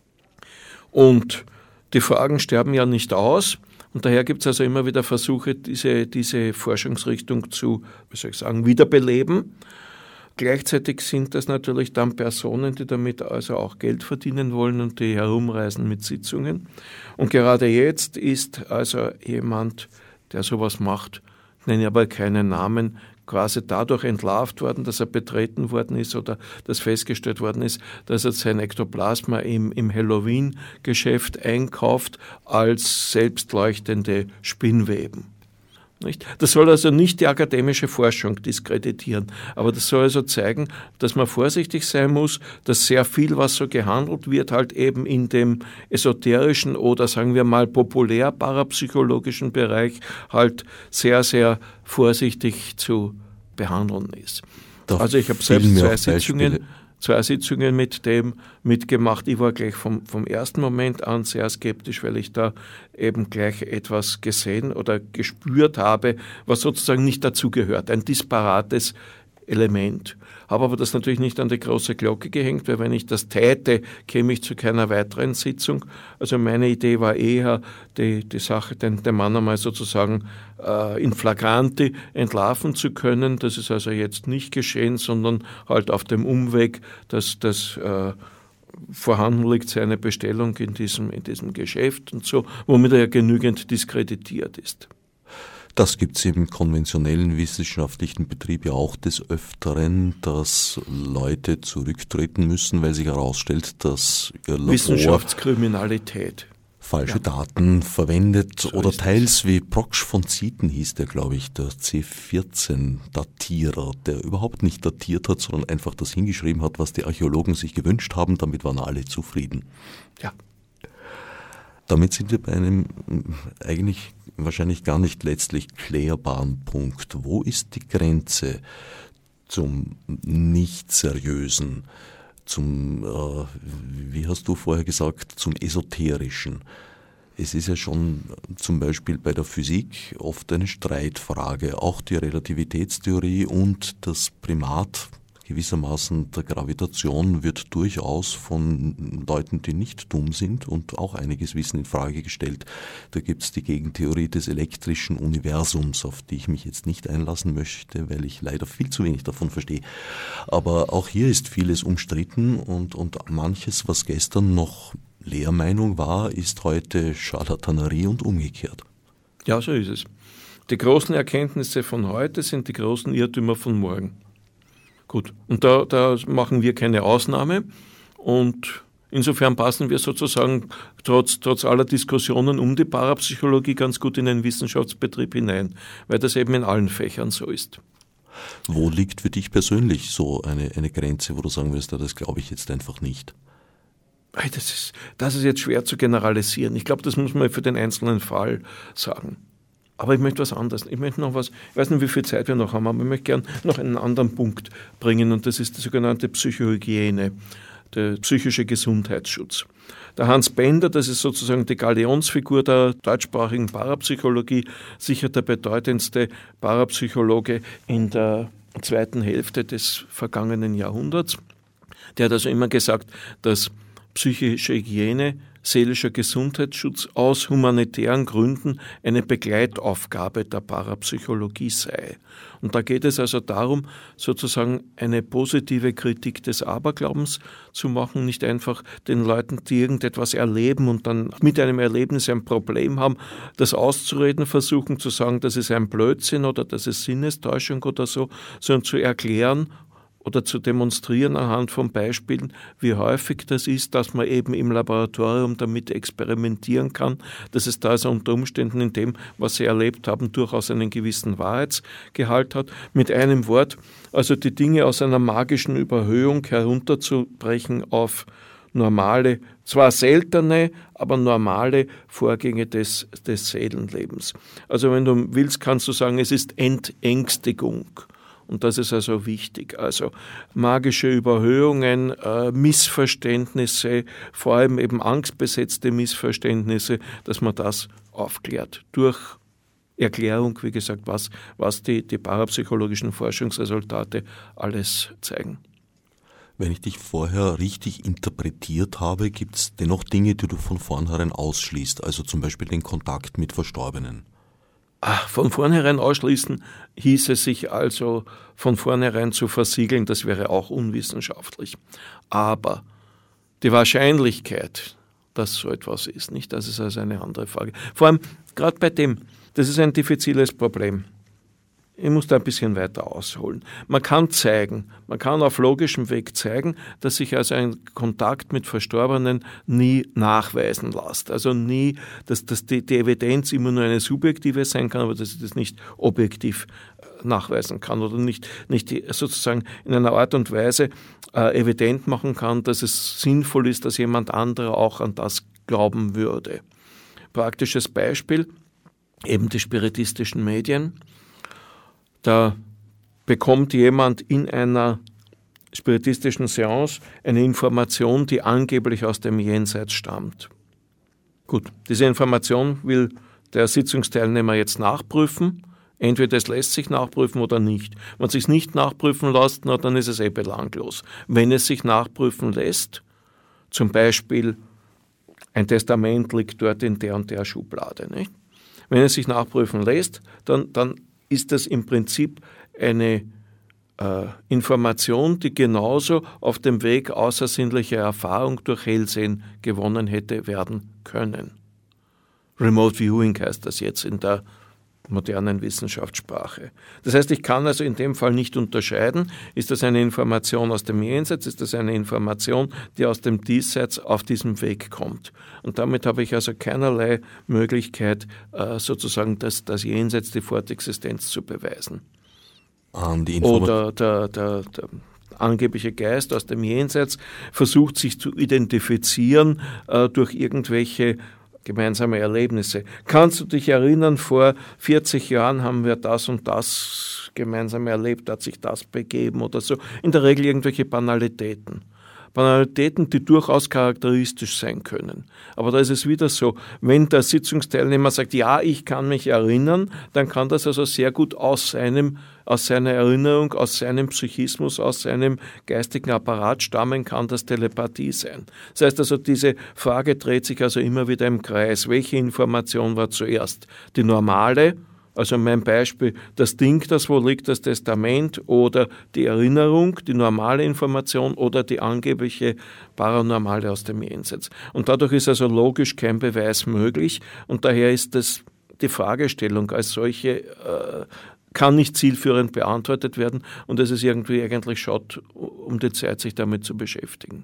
Und die Fragen sterben ja nicht aus und daher gibt es also immer wieder Versuche, diese, diese Forschungsrichtung zu, wie soll ich sagen, wiederbeleben. Gleichzeitig sind das natürlich dann Personen, die damit also auch Geld verdienen wollen und die herumreisen mit Sitzungen. Und gerade jetzt ist also jemand, der sowas macht, ich nenne aber keinen Namen, quasi dadurch entlarvt worden, dass er betreten worden ist oder dass festgestellt worden ist, dass er sein Ektoplasma im, im Halloween-Geschäft einkauft als selbstleuchtende Spinnweben. Nicht? Das soll also nicht die akademische Forschung diskreditieren, aber das soll also zeigen, dass man vorsichtig sein muss, dass sehr viel, was so gehandelt wird, halt eben in dem esoterischen oder sagen wir mal populär-parapsychologischen Bereich halt sehr, sehr vorsichtig zu behandeln ist. Da also ich habe selbst zwei Sitzungen, zwei Sitzungen mit dem mitgemacht. Ich war gleich vom, vom ersten Moment an sehr skeptisch, weil ich da eben gleich etwas gesehen oder gespürt habe, was sozusagen nicht dazugehört. Ein disparates Element. Habe aber das natürlich nicht an die große Glocke gehängt, weil wenn ich das täte, käme ich zu keiner weiteren Sitzung. Also meine Idee war eher, die, die Sache, den, den Mann einmal sozusagen äh, in flagranti entlarven zu können. Das ist also jetzt nicht geschehen, sondern halt auf dem Umweg, dass das äh, vorhanden liegt, seine Bestellung in diesem, in diesem Geschäft und so, womit er ja genügend diskreditiert ist. Das gibt es im konventionellen wissenschaftlichen Betrieb ja auch des Öfteren, dass Leute zurücktreten müssen, weil sich herausstellt, dass ihr Labor Wissenschaftskriminalität falsche ja. Daten verwendet so oder teils wie Proksch von Zieten hieß der, glaube ich, der C vierzehn Datierer, der überhaupt nicht datiert hat, sondern einfach das hingeschrieben hat, was die Archäologen sich gewünscht haben, damit waren alle zufrieden. Ja. Damit sind wir bei einem eigentlich wahrscheinlich gar nicht letztlich klärbaren Punkt. Wo ist die Grenze zum Nicht-Seriösen, zum, äh, wie hast du vorher gesagt, zum Esoterischen. Es ist ja schon zum Beispiel bei der Physik oft eine Streitfrage. Auch die Relativitätstheorie und das Primat gewissermaßen der Gravitation wird durchaus von Leuten, die nicht dumm sind und auch einiges Wissen in Frage gestellt. Da gibt es die Gegentheorie des elektrischen Universums, auf die ich mich jetzt nicht einlassen möchte, weil ich leider viel zu wenig davon verstehe. Aber auch hier ist vieles umstritten und, und manches, was gestern noch Lehrmeinung war, ist heute Scharlatanerie und umgekehrt. Ja, so ist es. Die großen Erkenntnisse von heute sind die großen Irrtümer von morgen. Gut, und da, da machen wir keine Ausnahme und insofern passen wir sozusagen trotz, trotz aller Diskussionen um die Parapsychologie ganz gut in den Wissenschaftsbetrieb hinein, weil das eben in allen Fächern so ist. Wo liegt für dich persönlich so eine, eine Grenze, wo du sagen wirst, das glaube ich jetzt einfach nicht? Das ist, das ist jetzt schwer zu generalisieren. Ich glaube, das muss man für den einzelnen Fall sagen. Aber ich möchte was anderes. Ich möchte noch was, ich weiß nicht, wie viel Zeit wir noch haben, aber ich möchte gerne noch einen anderen Punkt bringen und das ist die sogenannte Psychohygiene, der psychische Gesundheitsschutz. Der Hans Bender, das ist sozusagen die Galionsfigur der deutschsprachigen Parapsychologie, sicher der bedeutendste Parapsychologe in der zweiten Hälfte des vergangenen Jahrhunderts. Der hat also immer gesagt, dass psychische Hygiene, seelischer Gesundheitsschutz aus humanitären Gründen eine Begleitaufgabe der Parapsychologie sei. Und da geht es also darum, sozusagen eine positive Kritik des Aberglaubens zu machen, nicht einfach den Leuten, die irgendetwas erleben und dann mit einem Erlebnis ein Problem haben, das auszureden versuchen, zu sagen, das ist ein Blödsinn oder das ist Sinnestäuschung oder so, sondern zu erklären oder zu demonstrieren anhand von Beispielen, wie häufig das ist, dass man eben im Laboratorium damit experimentieren kann, dass es da also unter Umständen in dem, was sie erlebt haben, durchaus einen gewissen Wahrheitsgehalt hat. Mit einem Wort, also die Dinge aus einer magischen Überhöhung herunterzubrechen auf normale, zwar seltene, aber normale Vorgänge des, des Seelenlebens. Also wenn du willst, kannst du sagen, es ist Entängstigung. Und das ist also wichtig. Also magische Überhöhungen, äh, Missverständnisse, vor allem eben angstbesetzte Missverständnisse, dass man das aufklärt. Durch Erklärung, wie gesagt, was, was die, die parapsychologischen Forschungsresultate alles zeigen. Wenn ich dich vorher richtig interpretiert habe, gibt es dennoch Dinge, die du von vornherein ausschließt, also zum Beispiel den Kontakt mit Verstorbenen. Ach, von vornherein ausschließen hieße sich also von vornherein zu versiegeln, das wäre auch unwissenschaftlich. Aber die Wahrscheinlichkeit, dass so etwas ist, nicht, das ist also eine andere Frage. Vor allem gerade bei dem, das ist ein diffiziles Problem. Ich muss da ein bisschen weiter ausholen. Man kann zeigen, man kann auf logischem Weg zeigen, dass sich also ein Kontakt mit Verstorbenen nie nachweisen lässt. Also nie, dass, dass die, die Evidenz immer nur eine subjektive sein kann, aber dass ich das nicht objektiv nachweisen kann oder nicht, nicht sozusagen in einer Art und Weise äh, evident machen kann, dass es sinnvoll ist, dass jemand anderer auch an das glauben würde. Praktisches Beispiel, eben die spiritistischen Medien. Da bekommt jemand in einer spiritistischen Seance eine Information, die angeblich aus dem Jenseits stammt. Gut, diese Information will der Sitzungsteilnehmer jetzt nachprüfen. Entweder es lässt sich nachprüfen oder nicht. Wenn es sich nicht nachprüfen lässt, na, dann ist es eh belanglos. Wenn es sich nachprüfen lässt, zum Beispiel ein Testament liegt dort in der und der Schublade, nicht? Wenn es sich nachprüfen lässt, dann, dann ist das im Prinzip eine äh, Information, die genauso auf dem Weg außersinnlicher Erfahrung durch Hellsehen gewonnen hätte werden können. Remote Viewing heißt das jetzt in der modernen Wissenschaftssprache. Das heißt, ich kann also in dem Fall nicht unterscheiden, ist das eine Information aus dem Jenseits, ist das eine Information, die aus dem Diesseits auf diesem Weg kommt. Und damit habe ich also keinerlei Möglichkeit, sozusagen das, das Jenseits, die Fortexistenz zu beweisen. Um, die Oder der, der, der angebliche Geist aus dem Jenseits versucht sich zu identifizieren äh, durch irgendwelche gemeinsame Erlebnisse. Kannst du dich erinnern, vor vierzig Jahren haben wir das und das gemeinsam erlebt, hat sich das begeben oder so. In der Regel irgendwelche Banalitäten. Banalitäten, die durchaus charakteristisch sein können. Aber da ist es wieder so, wenn der Sitzungsteilnehmer sagt, ja, ich kann mich erinnern, dann kann das also sehr gut aus seinem, aus seiner Erinnerung, aus seinem Psychismus, aus seinem geistigen Apparat stammen, kann das Telepathie sein. Das heißt also, diese Frage dreht sich also immer wieder im Kreis. Welche Information war zuerst? Die normale? Also mein Beispiel, das Ding, das wo liegt, das Testament oder die Erinnerung, die normale Information oder die angebliche Paranormale aus dem Jenseits. Und dadurch ist also logisch kein Beweis möglich und daher ist das die Fragestellung als solche äh, kann nicht zielführend beantwortet werden und es ist irgendwie eigentlich schade, um die Zeit, sich damit zu beschäftigen.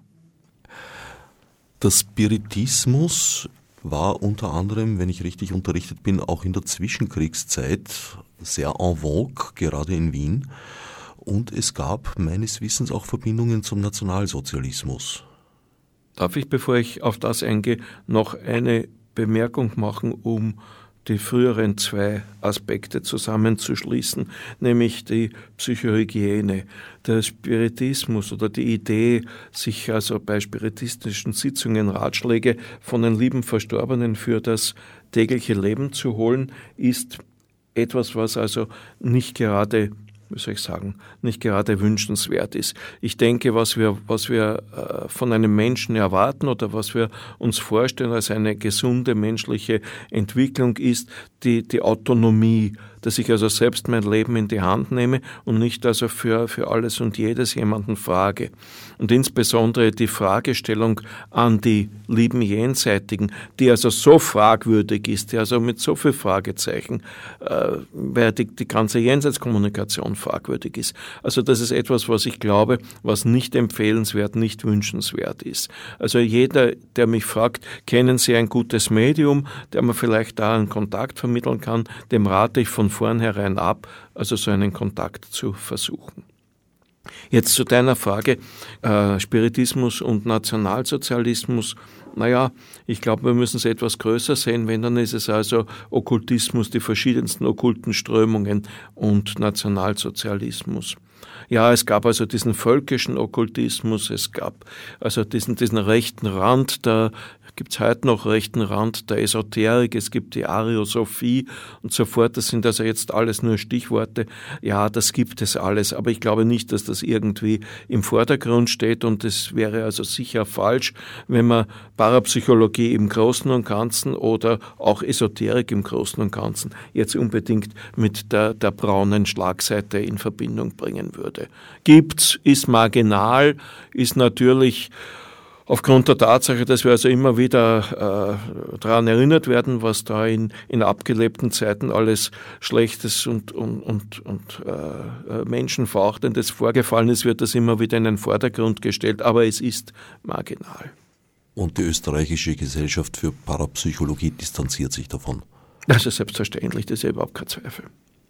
Der Spiritismus war unter anderem, wenn ich richtig unterrichtet bin, auch in der Zwischenkriegszeit sehr en vogue, gerade in Wien. Und es gab meines Wissens auch Verbindungen zum Nationalsozialismus. Darf ich, bevor ich auf das eingehe, noch eine Bemerkung machen, um die früheren zwei Aspekte zusammenzuschließen, nämlich die Psychohygiene. Der Spiritismus oder die Idee, sich also bei spiritistischen Sitzungen Ratschläge von den lieben Verstorbenen für das tägliche Leben zu holen, ist etwas, was also nicht gerade, wie soll ich sagen, nicht gerade wünschenswert ist. Ich denke, was wir, was wir äh, von einem Menschen erwarten oder was wir uns vorstellen als eine gesunde menschliche Entwicklung ist die, die Autonomie, dass ich also selbst mein Leben in die Hand nehme und nicht also für, für alles und jedes jemanden frage. Und insbesondere die Fragestellung an die lieben Jenseitigen, die also so fragwürdig ist, die also mit so viel Fragezeichen, äh, weil die, die ganze Jenseitskommunikation fragwürdig ist. Also das ist etwas, was ich glaube, was nicht empfehlenswert, nicht wünschenswert ist. Also jeder, der mich fragt, kennen Sie ein gutes Medium, der mir vielleicht da einen Kontakt vermitteln kann, dem rate ich von vornherein ab, also so einen Kontakt zu versuchen. Jetzt zu deiner Frage, äh, Spiritismus und Nationalsozialismus. Naja, ich glaube, wir müssen es etwas größer sehen, wenn dann ist es also Okkultismus, die verschiedensten okkulten Strömungen und Nationalsozialismus. Ja, es gab also diesen völkischen Okkultismus, es gab also diesen, diesen rechten Rand, da gibt es heute noch rechten Rand der Esoterik, es gibt die Ariosophie und so fort, das sind also jetzt alles nur Stichworte. Ja, das gibt es alles, aber ich glaube nicht, dass das irgendwie im Vordergrund steht und es wäre also sicher falsch, wenn man Parapsychologie im Großen und Ganzen oder auch Esoterik im Großen und Ganzen jetzt unbedingt mit der, der braunen Schlagseite in Verbindung bringen würde. Gibt's, ist marginal, ist natürlich aufgrund der Tatsache, dass wir also immer wieder äh, daran erinnert werden, was da in, in abgelebten Zeiten alles Schlechtes und, und, und, und äh, Menschenverachtendes vorgefallen ist, wird das immer wieder in den Vordergrund gestellt, aber es ist marginal. Und die österreichische Gesellschaft für Parapsychologie distanziert sich davon? Das ist selbstverständlich, das ist ja überhaupt kein Zweifel.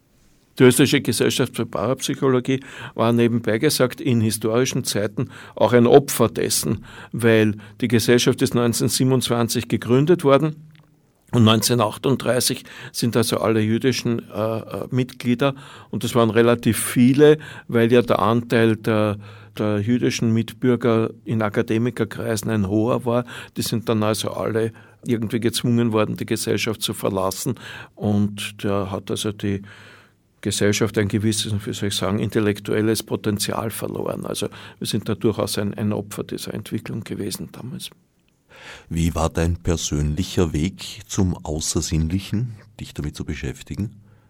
Die Österreichische Gesellschaft für Parapsychologie war nebenbei gesagt in historischen Zeiten auch ein Opfer dessen, weil die Gesellschaft ist neunzehnhundertsiebenundzwanzig gegründet worden und neunzehnhundertachtunddreißig sind also alle jüdischen äh, Mitglieder und das waren relativ viele, weil ja der Anteil der der jüdischen Mitbürger in Akademikerkreisen ein hoher war. Die sind dann also alle irgendwie gezwungen worden, die Gesellschaft zu verlassen und da hat also die Gesellschaft ein gewisses, wie soll ich sagen, intellektuelles Potenzial verloren. Also wir sind da durchaus ein, ein Opfer dieser Entwicklung gewesen damals. Wie war dein persönlicher Weg zum Außersinnlichen, dich damit zu beschäftigen?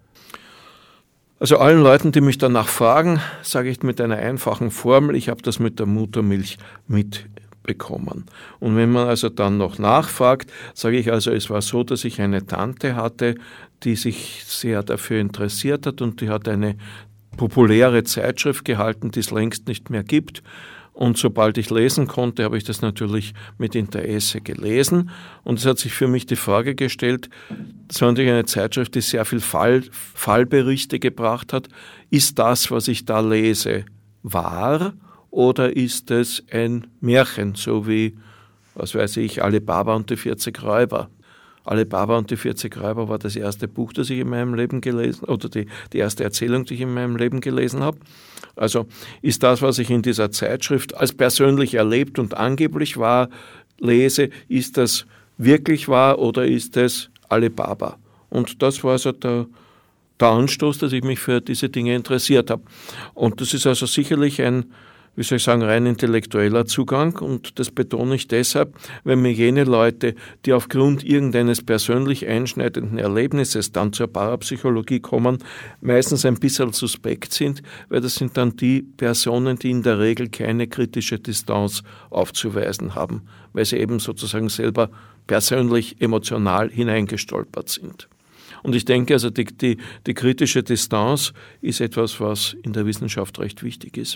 Also allen Leuten, die mich danach fragen, sage ich mit einer einfachen Formel, ich habe das mit der Muttermilch mitbekommen. Und wenn man also dann noch nachfragt, sage ich also, es war so, dass ich eine Tante hatte, die sich sehr dafür interessiert hat und die hat eine populäre Zeitschrift gehalten, die es längst nicht mehr gibt. Und sobald ich lesen konnte, habe ich das natürlich mit Interesse gelesen. Und es hat sich für mich die Frage gestellt, das war natürlich eine Zeitschrift, die sehr viel Fall, Fallberichte gebracht hat. Ist das, was ich da lese, wahr oder ist es ein Märchen, so wie, was weiß ich, Alibaba und die vierzig Räuber? Alibaba und die vierzig Räuber war das erste Buch, das ich in meinem Leben gelesen, oder die, die erste Erzählung, die ich in meinem Leben gelesen habe. Also ist das, was ich in dieser Zeitschrift als persönlich erlebt und angeblich wahr lese, ist das wirklich wahr oder ist es Alibaba? Und das war also der, der Anstoß, dass ich mich für diese Dinge interessiert habe. Und das ist also sicherlich ein, wie soll ich sagen, rein intellektueller Zugang, und das betone ich deshalb, weil mir jene Leute, die aufgrund irgendeines persönlich einschneidenden Erlebnisses dann zur Parapsychologie kommen, meistens ein bisschen suspekt sind, weil das sind dann die Personen, die in der Regel keine kritische Distanz aufzuweisen haben, weil sie eben sozusagen selber persönlich emotional hineingestolpert sind. Und ich denke, also die, die, die kritische Distanz ist etwas, was in der Wissenschaft recht wichtig ist.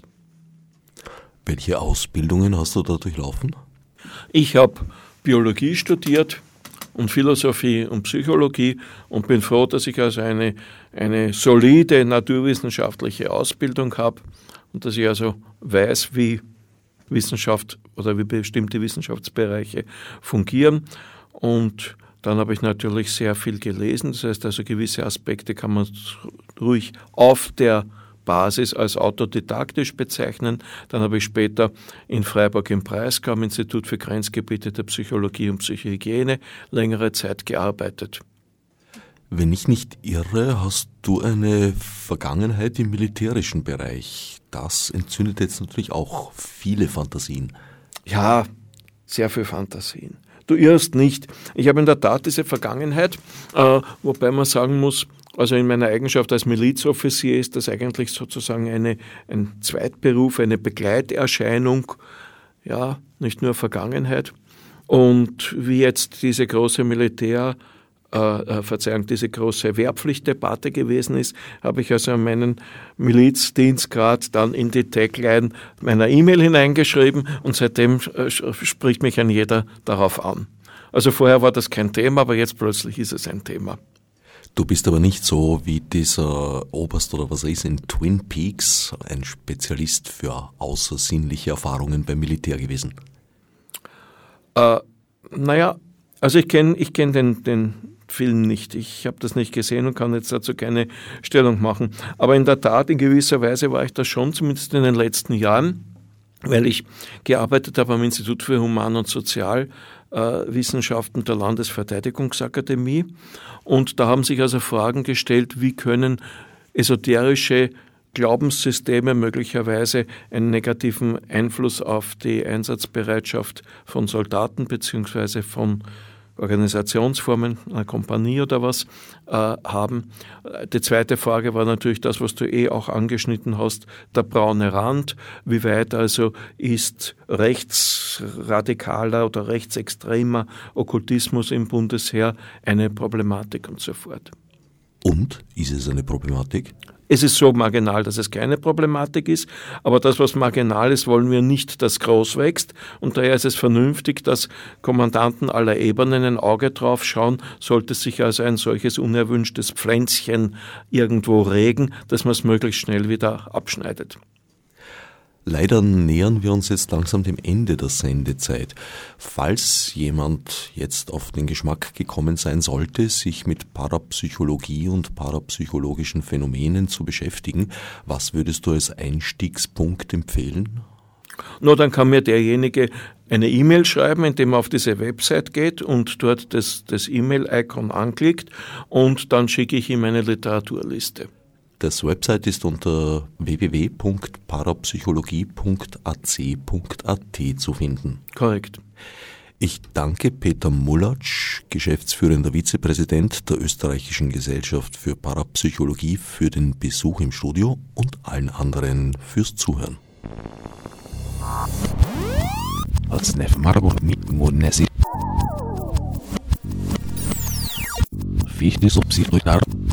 Welche Ausbildungen hast du da durchlaufen? Ich habe Biologie studiert und Philosophie und Psychologie und bin froh, dass ich also eine, eine solide naturwissenschaftliche Ausbildung habe und dass ich also weiß, wie Wissenschaft oder wie bestimmte Wissenschaftsbereiche fungieren. Und dann habe ich natürlich sehr viel gelesen. Das heißt also, gewisse Aspekte kann man ruhig auf der Basis als autodidaktisch bezeichnen. Dann habe ich später in Freiburg im Breisgau am Institut für Grenzgebiete der Psychologie und Psychohygiene längere Zeit gearbeitet. Wenn ich nicht irre, hast du eine Vergangenheit im militärischen Bereich. Das entzündet jetzt natürlich auch viele Fantasien. Ja, sehr viel Fantasien. Du irrst nicht. Ich habe in der Tat diese Vergangenheit, äh, wobei man sagen muss, also in meiner Eigenschaft als Milizoffizier ist das eigentlich sozusagen eine, ein Zweitberuf, eine Begleiterscheinung, ja, nicht nur Vergangenheit. Und wie jetzt diese große Militär, äh, Verzeihung, diese große Wehrpflichtdebatte gewesen ist, habe ich also meinen Milizdienstgrad dann in die Tagline meiner E-Mail hineingeschrieben und seitdem äh, spricht mich ein jeder darauf an. Also vorher war das kein Thema, aber jetzt plötzlich ist es ein Thema. Du bist aber nicht so wie dieser Oberst oder was er ist in Twin Peaks, ein Spezialist für außersinnliche Erfahrungen beim Militär gewesen. Äh, naja, also ich kenne ich kenn den, den Film nicht. Ich habe das nicht gesehen und kann jetzt dazu keine Stellung machen. Aber in der Tat, in gewisser Weise war ich das schon, zumindest in den letzten Jahren, weil ich gearbeitet habe am Institut für Human- und Sozialwissenschaften der Landesverteidigungsakademie. Und da haben sich also Fragen gestellt, wie können esoterische Glaubenssysteme möglicherweise einen negativen Einfluss auf die Einsatzbereitschaft von Soldaten beziehungsweise von Organisationsformen, einer Kompanie oder was, äh, haben. Die zweite Frage war natürlich das, was du eh auch angeschnitten hast, der braune Rand. Wie weit also ist rechtsradikaler oder rechtsextremer Okkultismus im Bundesheer eine Problematik und so fort. Und? Ist es eine Problematik? Es ist so marginal, dass es keine Problematik ist, aber das, was marginal ist, wollen wir nicht, dass groß wächst, und daher ist es vernünftig, dass Kommandanten aller Ebenen ein Auge drauf schauen, sollte sich also ein solches unerwünschtes Pflänzchen irgendwo regen, dass man es möglichst schnell wieder abschneidet. Leider nähern wir uns jetzt langsam dem Ende der Sendezeit. Falls jemand jetzt auf den Geschmack gekommen sein sollte, sich mit Parapsychologie und parapsychologischen Phänomenen zu beschäftigen, was würdest du als Einstiegspunkt empfehlen? No, dann kann mir derjenige eine E-Mail schreiben, indem er auf diese Website geht und dort das, das E-Mail-Icon anklickt, und dann schicke ich ihm eine Literaturliste. Das Website ist unter w w w punkt parapsychologie punkt a c punkt a t zu finden. Korrekt. Ich danke Peter Mulatsch, geschäftsführender Vizepräsident der Österreichischen Gesellschaft für Parapsychologie, für den Besuch im Studio und allen anderen fürs Zuhören. Fichte subsidiar